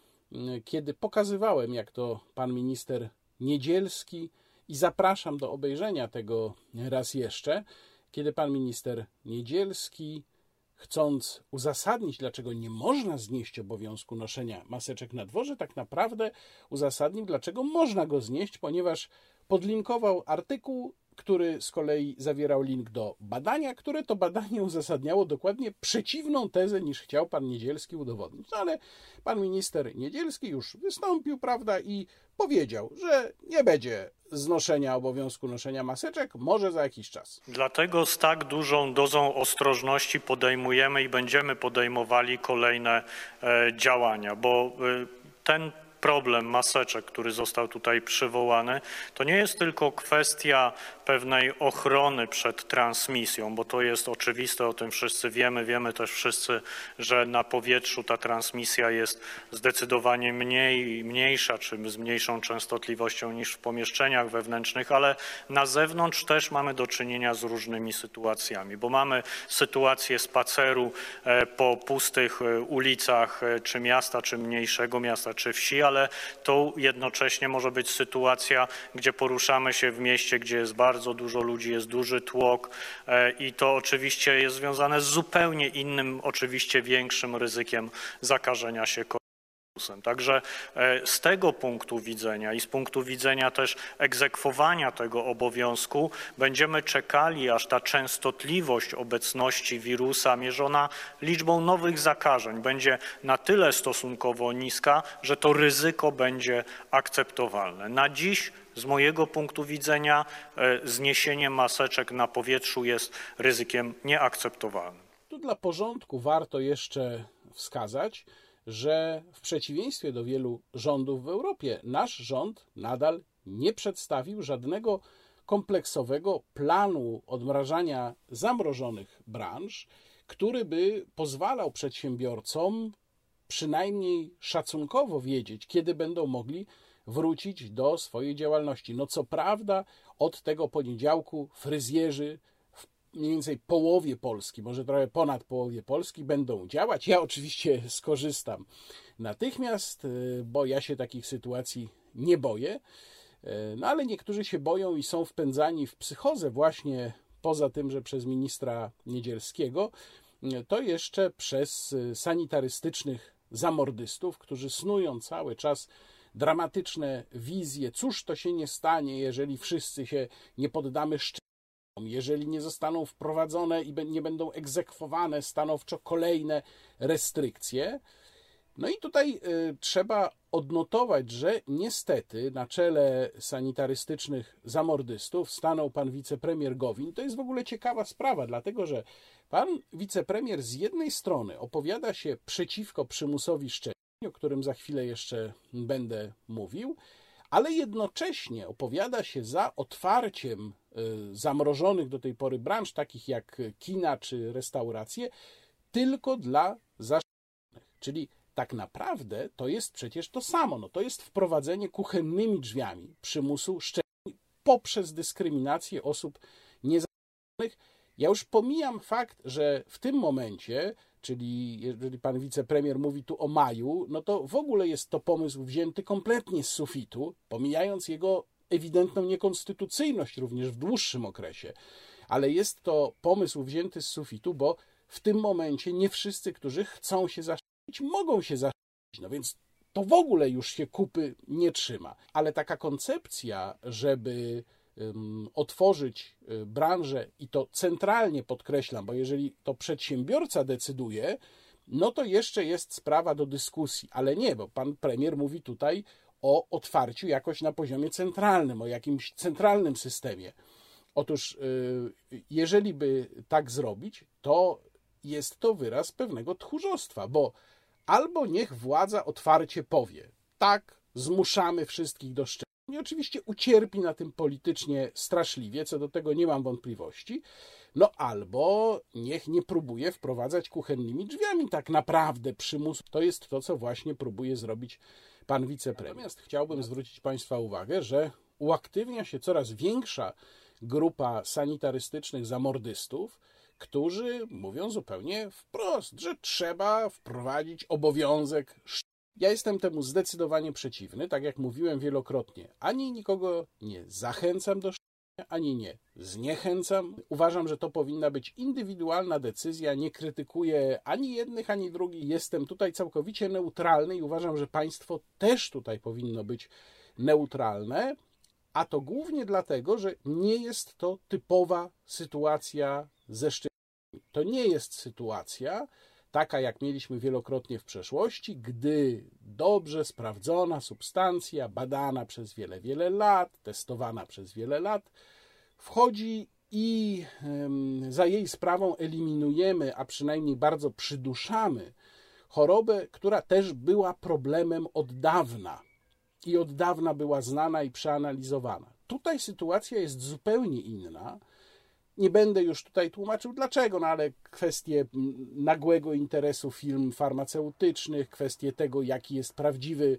kiedy pokazywałem, jak to pan minister Niedzielski, i zapraszam do obejrzenia tego raz jeszcze, kiedy pan minister Niedzielski, chcąc uzasadnić, dlaczego nie można znieść obowiązku noszenia maseczek na dworze, tak naprawdę uzasadnił, dlaczego można go znieść, ponieważ podlinkował artykuł, który z kolei zawierał link do badania, które to badanie uzasadniało dokładnie przeciwną tezę, niż chciał pan Niedzielski udowodnić. No ale pan minister Niedzielski już wystąpił, prawda, i powiedział, że nie będzie znoszenia obowiązku noszenia maseczek, może za jakiś czas. Dlatego z tak dużą dozą ostrożności podejmujemy i będziemy podejmowali kolejne działania, bo ten problem maseczek, który został tutaj przywołany, to nie jest tylko kwestia pewnej ochrony przed transmisją, bo to jest oczywiste, o tym wszyscy wiemy. Wiemy też wszyscy, że na powietrzu ta transmisja jest zdecydowanie mniejsza, czy z mniejszą częstotliwością niż w pomieszczeniach wewnętrznych, ale na zewnątrz też mamy do czynienia z różnymi sytuacjami, bo mamy sytuację spaceru po pustych ulicach, czy miasta, czy mniejszego miasta, czy wsi, ale to jednocześnie może być sytuacja, gdzie poruszamy się w mieście, gdzie jest bardzo dużo ludzi, jest duży tłok i to oczywiście jest związane z zupełnie innym, oczywiście większym ryzykiem zakażenia się koronawirusem. Także z tego punktu widzenia i z punktu widzenia też egzekwowania tego obowiązku będziemy czekali, aż ta częstotliwość obecności wirusa mierzona liczbą nowych zakażeń będzie na tyle stosunkowo niska, że to ryzyko będzie akceptowalne. Na dziś z mojego punktu widzenia zniesienie maseczek na powietrzu jest ryzykiem nieakceptowalnym. Tu dla porządku warto jeszcze wskazać, że w przeciwieństwie do wielu rządów w Europie, nasz rząd nadal nie przedstawił żadnego kompleksowego planu odmrażania zamrożonych branż, który by pozwalał przedsiębiorcom przynajmniej szacunkowo wiedzieć, kiedy będą mogli wrócić do swojej działalności. No co prawda od tego poniedziałku fryzjerzy mniej więcej połowie Polski, może trochę ponad połowie Polski będą działać. Ja oczywiście skorzystam natychmiast, bo ja się takich sytuacji nie boję. No ale niektórzy się boją i są wpędzani w psychozę właśnie poza tym, że przez ministra Niedzielskiego, to jeszcze przez sanitarystycznych zamordystów, którzy snują cały czas dramatyczne wizje. Cóż to się nie stanie, jeżeli wszyscy się nie poddamy szczepieniom, jeżeli nie zostaną wprowadzone i nie będą egzekwowane stanowczo kolejne restrykcje. No i tutaj trzeba odnotować, że niestety na czele sanitarystycznych zamordystów stanął pan wicepremier Gowin. To jest w ogóle ciekawa sprawa, dlatego że pan wicepremier z jednej strony opowiada się przeciwko przymusowi szczepień, o którym za chwilę jeszcze będę mówił, ale jednocześnie opowiada się za otwarciem zamrożonych do tej pory branż, takich jak kina czy restauracje, tylko dla zaszczepionych. Czyli tak naprawdę to jest przecież to samo. No to jest wprowadzenie kuchennymi drzwiami przymusu szczepień poprzez dyskryminację osób niezaszczepionych. Ja już pomijam fakt, że w tym momencie, czyli jeżeli pan wicepremier mówi tu o maju, no to w ogóle jest to pomysł wzięty kompletnie z sufitu, pomijając jego ewidentną niekonstytucyjność również w dłuższym okresie. Ale jest to pomysł wzięty z sufitu, bo w tym momencie nie wszyscy, którzy chcą się zaszczepić, mogą się zaszczepić. No więc to w ogóle już się kupy nie trzyma. Ale taka koncepcja, żeby otworzyć branżę i to centralnie podkreślam, bo jeżeli to przedsiębiorca decyduje, no to jeszcze jest sprawa do dyskusji, ale nie, bo pan premier mówi tutaj o otwarciu jakoś na poziomie centralnym, o jakimś centralnym systemie. Otóż jeżeli by tak zrobić, to jest to wyraz pewnego tchórzostwa, bo albo niech władza otwarcie powie, tak, zmuszamy wszystkich do szczepień, i oczywiście ucierpi na tym politycznie straszliwie, co do tego nie mam wątpliwości, no albo niech nie próbuje wprowadzać kuchennymi drzwiami tak naprawdę przymus. To jest to, co właśnie próbuje zrobić pan wicepremier. Natomiast chciałbym zwrócić państwa uwagę, że uaktywnia się coraz większa grupa sanitarystycznych zamordystów, którzy mówią zupełnie wprost, że trzeba wprowadzić obowiązek szczepień. Ja jestem temu zdecydowanie przeciwny, tak jak mówiłem wielokrotnie. Ani nikogo nie zachęcam do szczepienia, ani nie zniechęcam. Uważam, że to powinna być indywidualna decyzja. Nie krytykuję ani jednych, ani drugich. Jestem tutaj całkowicie neutralny i uważam, że państwo też tutaj powinno być neutralne. A to głównie dlatego, że nie jest to typowa sytuacja ze szczepieniami. To nie jest sytuacja taka, jak mieliśmy wielokrotnie w przeszłości, gdy dobrze sprawdzona substancja, badana przez wiele, wiele lat, testowana przez wiele lat, wchodzi i za jej sprawą eliminujemy, a przynajmniej bardzo przyduszamy chorobę, która też była problemem od dawna i od dawna była znana i przeanalizowana. Tutaj sytuacja jest zupełnie inna. Nie będę już tutaj tłumaczył dlaczego, no ale kwestie nagłego interesu firm farmaceutycznych, kwestie tego, jaki jest prawdziwy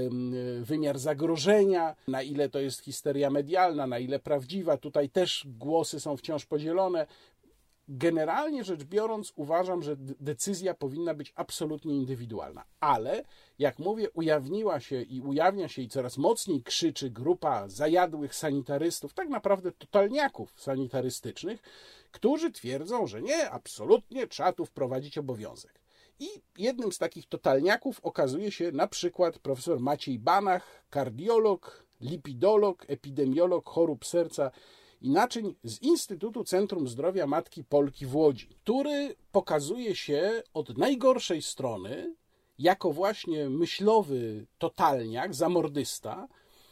wymiar zagrożenia, na ile to jest histeria medialna, na ile prawdziwa. Tutaj też głosy są wciąż podzielone. Generalnie rzecz biorąc, uważam, że decyzja powinna być absolutnie indywidualna, ale jak mówię, ujawniła się i ujawnia się i coraz mocniej krzyczy grupa zajadłych sanitarystów, tak naprawdę totalniaków sanitarystycznych, którzy twierdzą, że nie, absolutnie trzeba tu wprowadzić obowiązek. I jednym z takich totalniaków okazuje się na przykład profesor Maciej Banach, kardiolog, lipidolog, epidemiolog chorób serca i naczyń z Instytutu Centrum Zdrowia Matki Polki w Łodzi, który pokazuje się od najgorszej strony jako właśnie myślowy totalniak, zamordysta,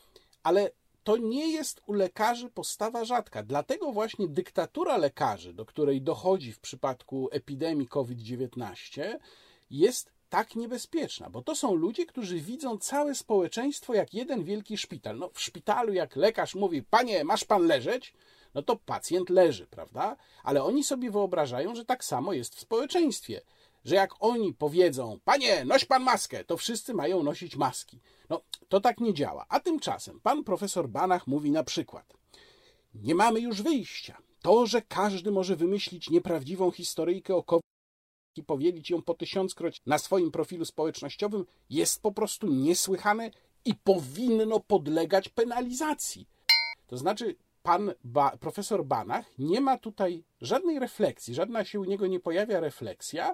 ale to nie jest u lekarzy postawa rzadka. Dlatego właśnie dyktatura lekarzy, do której dochodzi w przypadku epidemii COVID-19, jest tak niebezpieczna, bo to są ludzie, którzy widzą całe społeczeństwo jak jeden wielki szpital. No, w szpitalu jak lekarz mówi, panie, masz pan leżeć, no to pacjent leży, prawda? Ale oni sobie wyobrażają, że tak samo jest w społeczeństwie, że jak oni powiedzą, panie, noś pan maskę, to wszyscy mają nosić maski. No, to tak nie działa. A tymczasem pan profesor Banach mówi na przykład, nie mamy już wyjścia. To, że każdy może wymyślić nieprawdziwą historyjkę o COVID i powielić ją po 1000-kroć na swoim profilu społecznościowym, jest po prostu niesłychane i powinno podlegać penalizacji. To znaczy, pan profesor Banach nie ma tutaj żadnej refleksji, żadna się u niego nie pojawia refleksja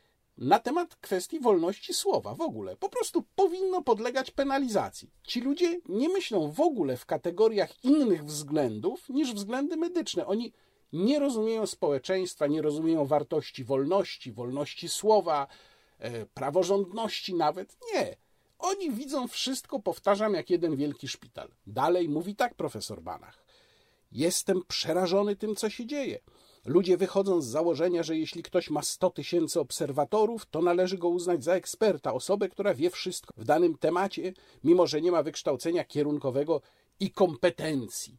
na temat kwestii wolności słowa w ogóle. Po prostu powinno podlegać penalizacji. Ci ludzie nie myślą w ogóle w kategoriach innych względów niż względy medyczne. Oni nie rozumieją społeczeństwa, nie rozumieją wartości wolności, wolności słowa, praworządności nawet. Nie. Oni widzą wszystko, powtarzam, jak jeden wielki szpital. Dalej mówi tak profesor Banach. Jestem przerażony tym, co się dzieje. Ludzie wychodzą z założenia, że jeśli ktoś ma 100 000 obserwatorów, to należy go uznać za eksperta, osobę, która wie wszystko w danym temacie, mimo że nie ma wykształcenia kierunkowego i kompetencji.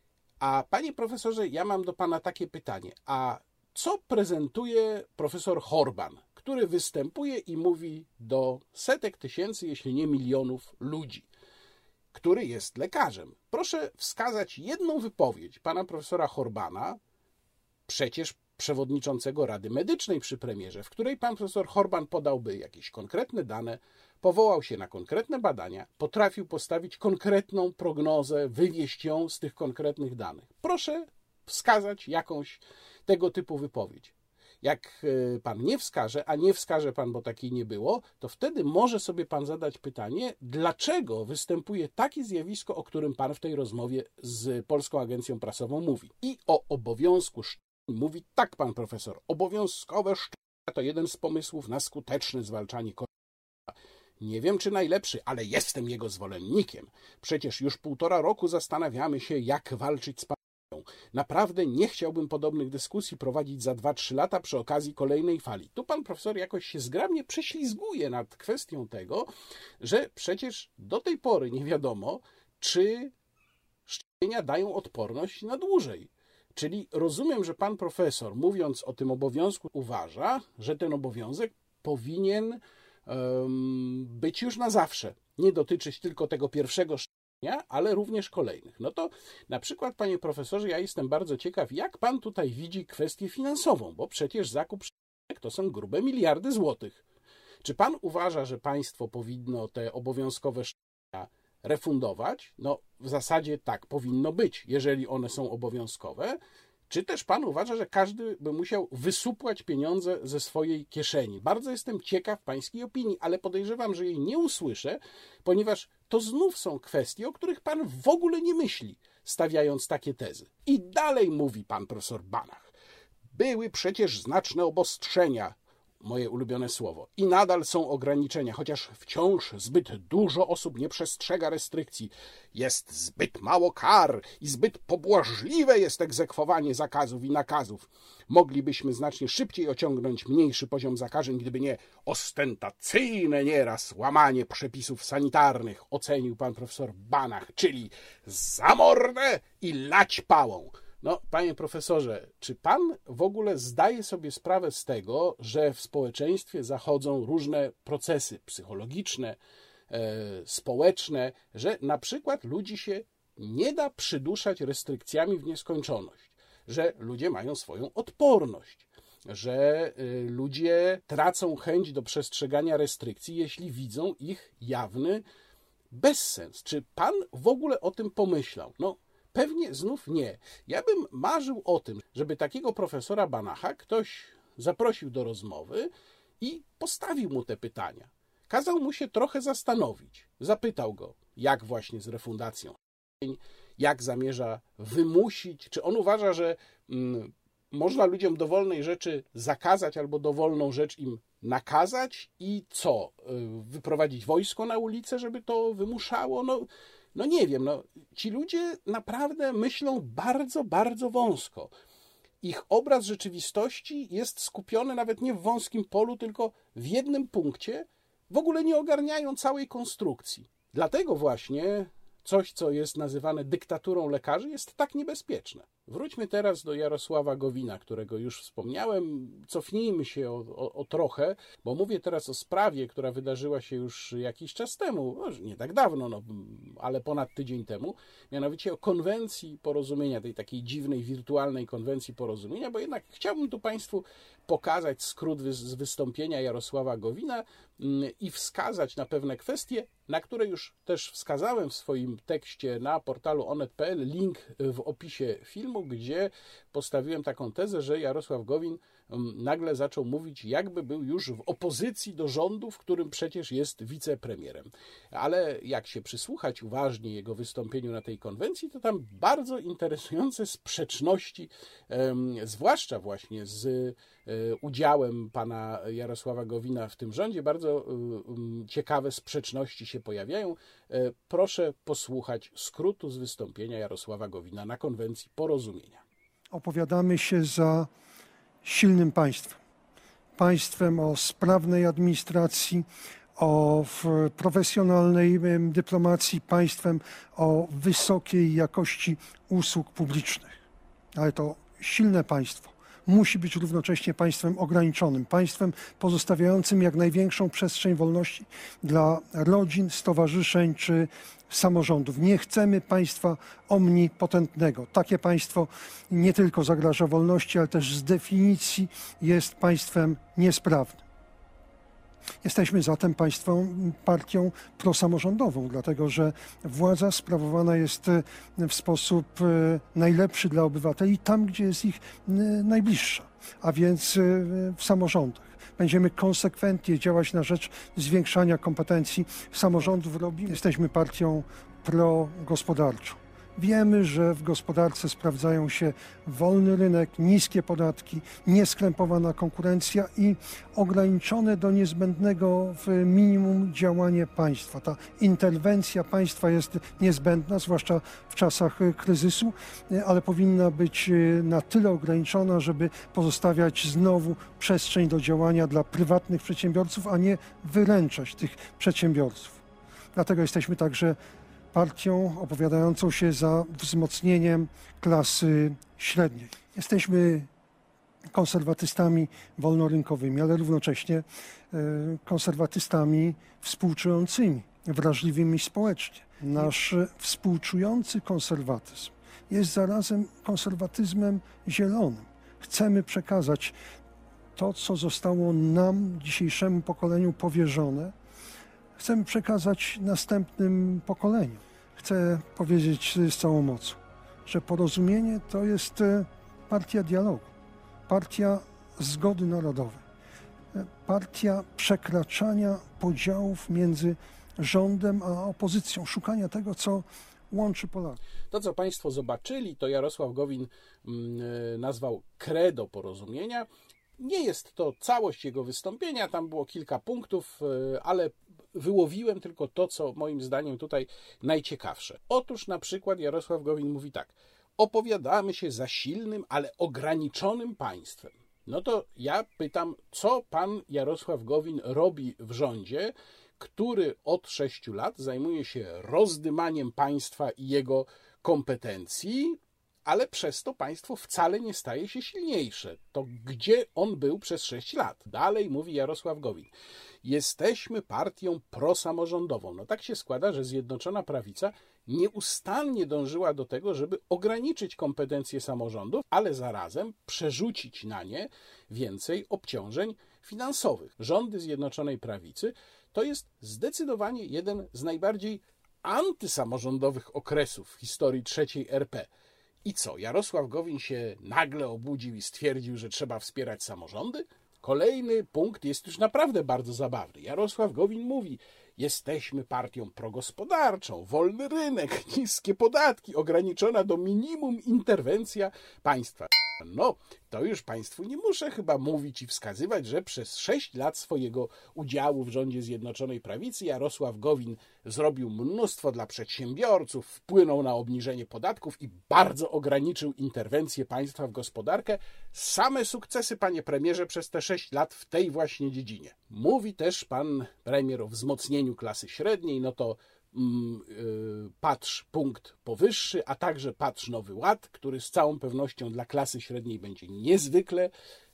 A panie profesorze, ja mam do pana takie pytanie. A co prezentuje profesor Horban, który występuje i mówi do setek tysięcy, jeśli nie milionów ludzi, który jest lekarzem? Proszę wskazać jedną wypowiedź pana profesora Horbana, przecież przewodniczącego Rady Medycznej przy premierze, w której pan profesor Horban podałby jakieś konkretne dane, powołał się na konkretne badania, potrafił postawić konkretną prognozę, wywieźć ją z tych konkretnych danych. Proszę wskazać jakąś tego typu wypowiedź. Jak pan nie wskaże, a nie wskaże pan, bo takiej nie było, to wtedy może sobie pan zadać pytanie, dlaczego występuje takie zjawisko, o którym pan w tej rozmowie z Polską Agencją Prasową mówi. I o obowiązku szczepień mówi tak pan profesor. Obowiązkowe szczepienia to jeden z pomysłów na skuteczne zwalczanie koronawirusa. Nie wiem, czy najlepszy, ale jestem jego zwolennikiem. Przecież już 1,5 roku zastanawiamy się, jak walczyć z pandemią. Naprawdę nie chciałbym podobnych dyskusji prowadzić za 2-3 lata przy okazji kolejnej fali. Tu pan profesor jakoś się zgrabnie prześlizguje nad kwestią tego, że przecież do tej pory nie wiadomo, czy szczepienia dają odporność na dłużej. Czyli rozumiem, że pan profesor, mówiąc o tym obowiązku, uważa, że ten obowiązek powinien być już na zawsze. Nie dotyczyć tylko tego pierwszego szczepienia, ale również kolejnych. No to na przykład, panie profesorze, ja jestem bardzo ciekaw, jak pan tutaj widzi kwestię finansową, bo przecież zakup szczepionek to są grube miliardy złotych. Czy pan uważa, że państwo powinno te obowiązkowe szczepienia refundować? No w zasadzie tak powinno być, jeżeli one są obowiązkowe. Czy też pan uważa, że każdy by musiał wysupłać pieniądze ze swojej kieszeni? Bardzo jestem ciekaw pańskiej opinii, ale podejrzewam, że jej nie usłyszę, ponieważ to znów są kwestie, o których pan w ogóle nie myśli, stawiając takie tezy. I dalej mówi pan profesor Banach. Były przecież znaczne obostrzenia, moje ulubione słowo, i nadal są ograniczenia, chociaż wciąż zbyt dużo osób nie przestrzega restrykcji. Jest zbyt mało kar i zbyt pobłażliwe jest egzekwowanie zakazów i nakazów. Moglibyśmy znacznie szybciej osiągnąć mniejszy poziom zakażeń, gdyby nie ostentacyjne nieraz łamanie przepisów sanitarnych, ocenił pan profesor Banach, czyli za mordę i lać pałą. No, panie profesorze, czy pan w ogóle zdaje sobie sprawę z tego, że w społeczeństwie zachodzą różne procesy psychologiczne, społeczne, że na przykład ludzi się nie da przyduszać restrykcjami w nieskończoność, że ludzie mają swoją odporność, że ludzie tracą chęć do przestrzegania restrykcji, jeśli widzą ich jawny bezsens? Czy pan w ogóle o tym pomyślał? No, pewnie znów nie. Ja bym marzył o tym, żeby takiego profesora Banacha ktoś zaprosił do rozmowy i postawił mu te pytania. Kazał mu się trochę zastanowić. Zapytał go, jak właśnie z refundacją, jak zamierza wymusić, czy on uważa, że można ludziom dowolnej rzeczy zakazać albo dowolną rzecz im nakazać i co? Wyprowadzić wojsko na ulicę, żeby to wymuszało? No nie wiem, ci ludzie naprawdę myślą bardzo, bardzo wąsko. Ich obraz rzeczywistości jest skupiony nawet nie w wąskim polu, tylko w jednym punkcie, w ogóle nie ogarniają całej konstrukcji. Dlatego właśnie coś, co jest nazywane dyktaturą lekarzy, jest tak niebezpieczne. Wróćmy teraz do Jarosława Gowina, którego już wspomniałem. Cofnijmy się o trochę, bo mówię teraz o sprawie, która wydarzyła się już jakiś czas temu, nie tak dawno, ale ponad tydzień temu, mianowicie o konwencji porozumienia, tej takiej dziwnej, wirtualnej konwencji porozumienia, bo jednak chciałbym tu państwu pokazać skrót z wystąpienia Jarosława Gowina i wskazać na pewne kwestie, na które już też wskazałem w swoim tekście na portalu onet.pl, link w opisie filmu, gdzie postawiłem taką tezę, że Jarosław Gowin nagle zaczął mówić, jakby był już w opozycji do rządu, w którym przecież jest wicepremierem. Ale jak się przysłuchać uważnie jego wystąpieniu na tej konwencji, to tam bardzo interesujące sprzeczności, zwłaszcza właśnie z udziałem pana Jarosława Gowina w tym rządzie, bardzo ciekawe sprzeczności się pojawiają. Proszę posłuchać skrótu z wystąpienia Jarosława Gowina na konwencji porozumienia. Opowiadamy się za silnym państwem. Państwem o sprawnej administracji, o profesjonalnej dyplomacji, państwem o wysokiej jakości usług publicznych. Ale to silne państwo musi być równocześnie państwem ograniczonym, państwem pozostawiającym jak największą przestrzeń wolności dla rodzin, stowarzyszeń czy samorządów. Nie chcemy państwa omnipotentnego. Takie państwo nie tylko zagraża wolności, ale też z definicji jest państwem niesprawnym. Jesteśmy zatem partią prosamorządową, dlatego że władza sprawowana jest w sposób najlepszy dla obywateli tam, gdzie jest ich najbliższa, a więc w samorządach. Będziemy konsekwentnie działać na rzecz zwiększania kompetencji samorządów. Jesteśmy partią progospodarczą. Wiemy, że w gospodarce sprawdzają się wolny rynek, niskie podatki, nieskrępowana konkurencja i ograniczone do niezbędnego minimum działanie państwa. Ta interwencja państwa jest niezbędna, zwłaszcza w czasach kryzysu, ale powinna być na tyle ograniczona, żeby pozostawiać znowu przestrzeń do działania dla prywatnych przedsiębiorców, a nie wyręczać tych przedsiębiorców. Dlatego jesteśmy także partią opowiadającą się za wzmocnieniem klasy średniej. Jesteśmy konserwatystami wolnorynkowymi, ale równocześnie konserwatystami współczującymi, wrażliwymi społecznie. Nasz współczujący konserwatyzm jest zarazem konserwatyzmem zielonym. Chcemy przekazać to, co zostało nam, dzisiejszemu pokoleniu powierzone, chcemy przekazać następnym pokoleniom. Chcę powiedzieć z całą mocą, że Porozumienie to jest partia dialogu, partia zgody narodowej, partia przekraczania podziałów między rządem a opozycją, szukania tego, co łączy Polaków. To, co Państwo zobaczyli, to Jarosław Gowin nazwał credo Porozumienia. Nie jest to całość jego wystąpienia, tam było kilka punktów, ale wyłowiłem tylko to, co moim zdaniem tutaj najciekawsze. Otóż na przykład Jarosław Gowin mówi tak: opowiadamy się za silnym, ale ograniczonym państwem. No to ja pytam, co pan Jarosław Gowin robi w rządzie, który od 6 lat zajmuje się rozdymaniem państwa i jego kompetencji, ale przez to państwo wcale nie staje się silniejsze. To gdzie on był przez 6 lat? Dalej mówi Jarosław Gowin: jesteśmy partią prosamorządową. No tak się składa, że Zjednoczona Prawica nieustannie dążyła do tego, żeby ograniczyć kompetencje samorządów, ale zarazem przerzucić na nie więcej obciążeń finansowych. Rządy Zjednoczonej Prawicy to jest zdecydowanie jeden z najbardziej antysamorządowych okresów w historii III RP. I co, Jarosław Gowin się nagle obudził i stwierdził, że trzeba wspierać samorządy? Kolejny punkt jest już naprawdę bardzo zabawny. Jarosław Gowin mówi: jesteśmy partią progospodarczą, wolny rynek, niskie podatki, ograniczona do minimum interwencja państwa. No, to już Państwu nie muszę chyba mówić i wskazywać, że przez 6 lat swojego udziału w rządzie Zjednoczonej Prawicy Jarosław Gowin zrobił mnóstwo dla przedsiębiorców, wpłynął na obniżenie podatków i bardzo ograniczył interwencję państwa w gospodarkę. Same sukcesy, panie premierze, przez te 6 lat w tej właśnie dziedzinie. Mówi też pan premier o wzmocnieniu klasy średniej, no to patrz punkt powyższy, a także patrz Nowy Ład, który z całą pewnością dla klasy średniej będzie niezwykle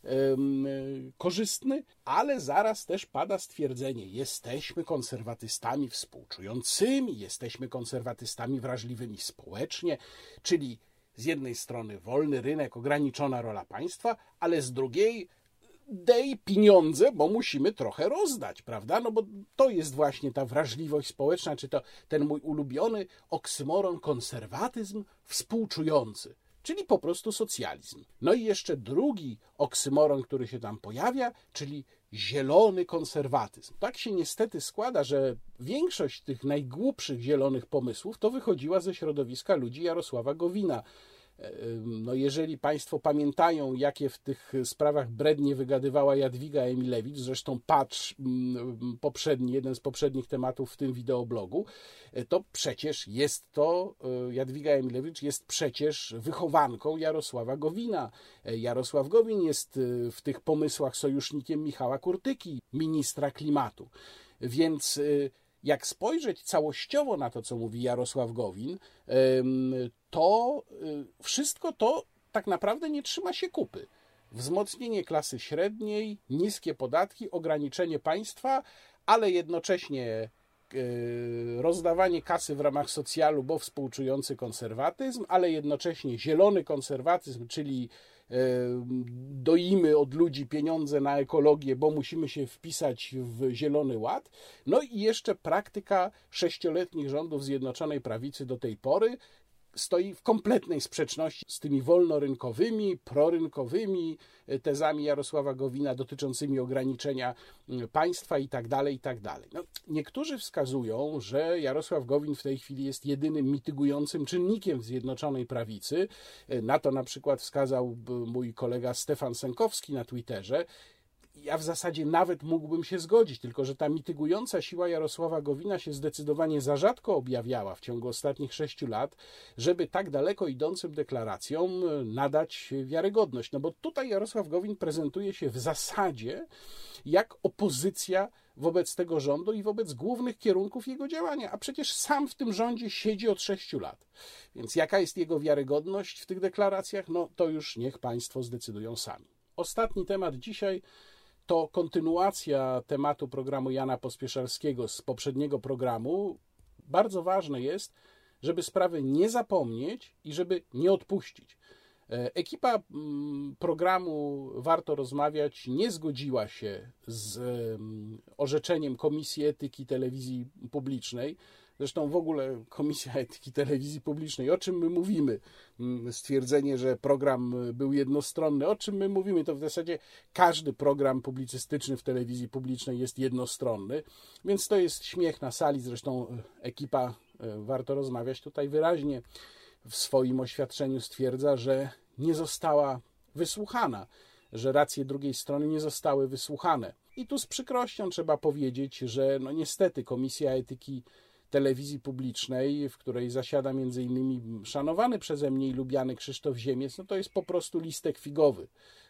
korzystny, ale zaraz też pada stwierdzenie: jesteśmy konserwatystami współczującymi, jesteśmy konserwatystami wrażliwymi społecznie, czyli z jednej strony wolny rynek, ograniczona rola państwa, ale z drugiej daj pieniądze, bo musimy trochę rozdać, prawda? No bo to jest właśnie ta wrażliwość społeczna, czy to ten mój ulubiony oksymoron konserwatyzm współczujący, czyli po prostu socjalizm. No i jeszcze drugi oksymoron, który się tam pojawia, czyli zielony konserwatyzm. Tak się niestety składa, że większość tych najgłupszych zielonych pomysłów to wychodziła ze środowiska ludzi Jarosława Gowina. No jeżeli Państwo pamiętają, jakie w tych sprawach brednie wygadywała Jadwiga Emilewicz, zresztą patrz jeden z poprzednich tematów w tym wideoblogu, to przecież jest to, Jadwiga Emilewicz jest przecież wychowanką Jarosława Gowina. Jarosław Gowin jest w tych pomysłach sojusznikiem Michała Kurtyki, ministra klimatu. Więc jak spojrzeć całościowo na to, co mówi Jarosław Gowin, to wszystko to tak naprawdę nie trzyma się kupy. Wzmocnienie klasy średniej, niskie podatki, ograniczenie państwa, ale jednocześnie rozdawanie kasy w ramach socjalu, bo współczujący konserwatyzm, ale jednocześnie zielony konserwatyzm, czyli doimy od ludzi pieniądze na ekologię, bo musimy się wpisać w Zielony Ład. No i jeszcze praktyka 6-letnich rządów Zjednoczonej Prawicy do tej pory stoi w kompletnej sprzeczności z tymi wolnorynkowymi, prorynkowymi tezami Jarosława Gowina dotyczącymi ograniczenia państwa i tak dalej, i tak dalej. No, niektórzy wskazują, że Jarosław Gowin w tej chwili jest jedynym mitygującym czynnikiem w Zjednoczonej Prawicy. Na to na przykład wskazał mój kolega Stefan Sękowski na Twitterze. Ja w zasadzie nawet mógłbym się zgodzić, tylko że ta mitygująca siła Jarosława Gowina się zdecydowanie za rzadko objawiała w ciągu ostatnich 6 lat, żeby tak daleko idącym deklaracjom nadać wiarygodność. No bo tutaj Jarosław Gowin prezentuje się w zasadzie jak opozycja wobec tego rządu i wobec głównych kierunków jego działania, a przecież sam w tym rządzie siedzi od 6 lat. Więc jaka jest jego wiarygodność w tych deklaracjach? No to już niech państwo zdecydują sami. Ostatni temat dzisiaj to kontynuacja tematu programu Jana Pospieszalskiego z poprzedniego programu. Bardzo ważne jest, żeby sprawy nie zapomnieć i żeby nie odpuścić. Ekipa programu Warto Rozmawiać nie zgodziła się z orzeczeniem Komisji Etyki Telewizji Publicznej. Zresztą w ogóle Komisja Etyki Telewizji Publicznej, o czym my mówimy? Stwierdzenie, że program był jednostronny, o czym my mówimy? To w zasadzie każdy program publicystyczny w telewizji publicznej jest jednostronny, więc to jest śmiech na sali. Zresztą ekipa Warto Rozmawiać tutaj wyraźnie w swoim oświadczeniu stwierdza, że nie została wysłuchana, że racje drugiej strony nie zostały wysłuchane. I tu z przykrością trzeba powiedzieć, że no niestety Komisja Etyki Telewizji Publicznej, w której zasiada m.in. szanowany przeze mnie i lubiany Krzysztof Ziemiec, no to jest po prostu listek figowy.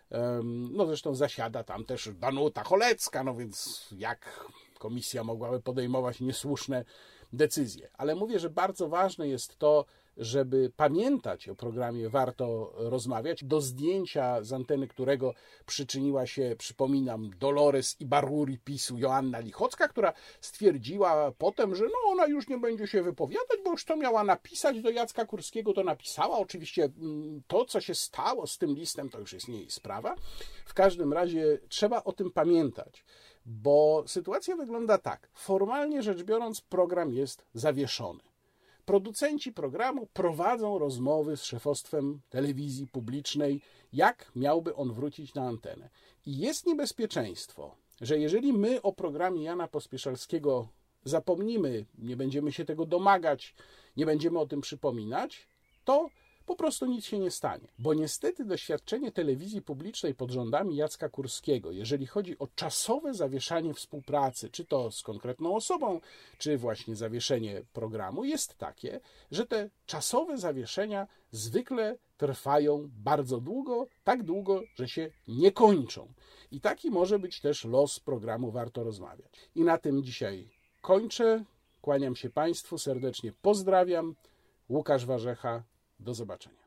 No zresztą zasiada tam też Danuta Cholecka, no więc jak komisja mogłaby podejmować niesłuszne decyzje. Ale mówię, że bardzo ważne jest to, żeby pamiętać o programie Warto Rozmawiać, do zdjęcia z anteny którego przyczyniła się, przypominam, Dolores Ibarruri PiS-u Joanna Lichocka, która stwierdziła potem, że no ona już nie będzie się wypowiadać, bo już to miała napisać do Jacka Kurskiego, to napisała. Oczywiście to, co się stało z tym listem, to już jest nie jej sprawa. W każdym razie trzeba o tym pamiętać, bo sytuacja wygląda tak. Formalnie rzecz biorąc, program jest zawieszony. Producenci programu prowadzą rozmowy z szefostwem telewizji publicznej, jak miałby on wrócić na antenę. I jest niebezpieczeństwo, że jeżeli my o programie Jana Pospieszalskiego zapomnimy, nie będziemy się tego domagać, nie będziemy o tym przypominać, to po prostu nic się nie stanie. Bo niestety doświadczenie telewizji publicznej pod rządami Jacka Kurskiego, jeżeli chodzi o czasowe zawieszanie współpracy, czy to z konkretną osobą, czy właśnie zawieszenie programu, jest takie, że te czasowe zawieszenia zwykle trwają bardzo długo, tak długo, że się nie kończą. I taki może być też los programu Warto Rozmawiać. I na tym dzisiaj kończę. Kłaniam się Państwu, serdecznie pozdrawiam. Łukasz Warzecha. Do zobaczenia.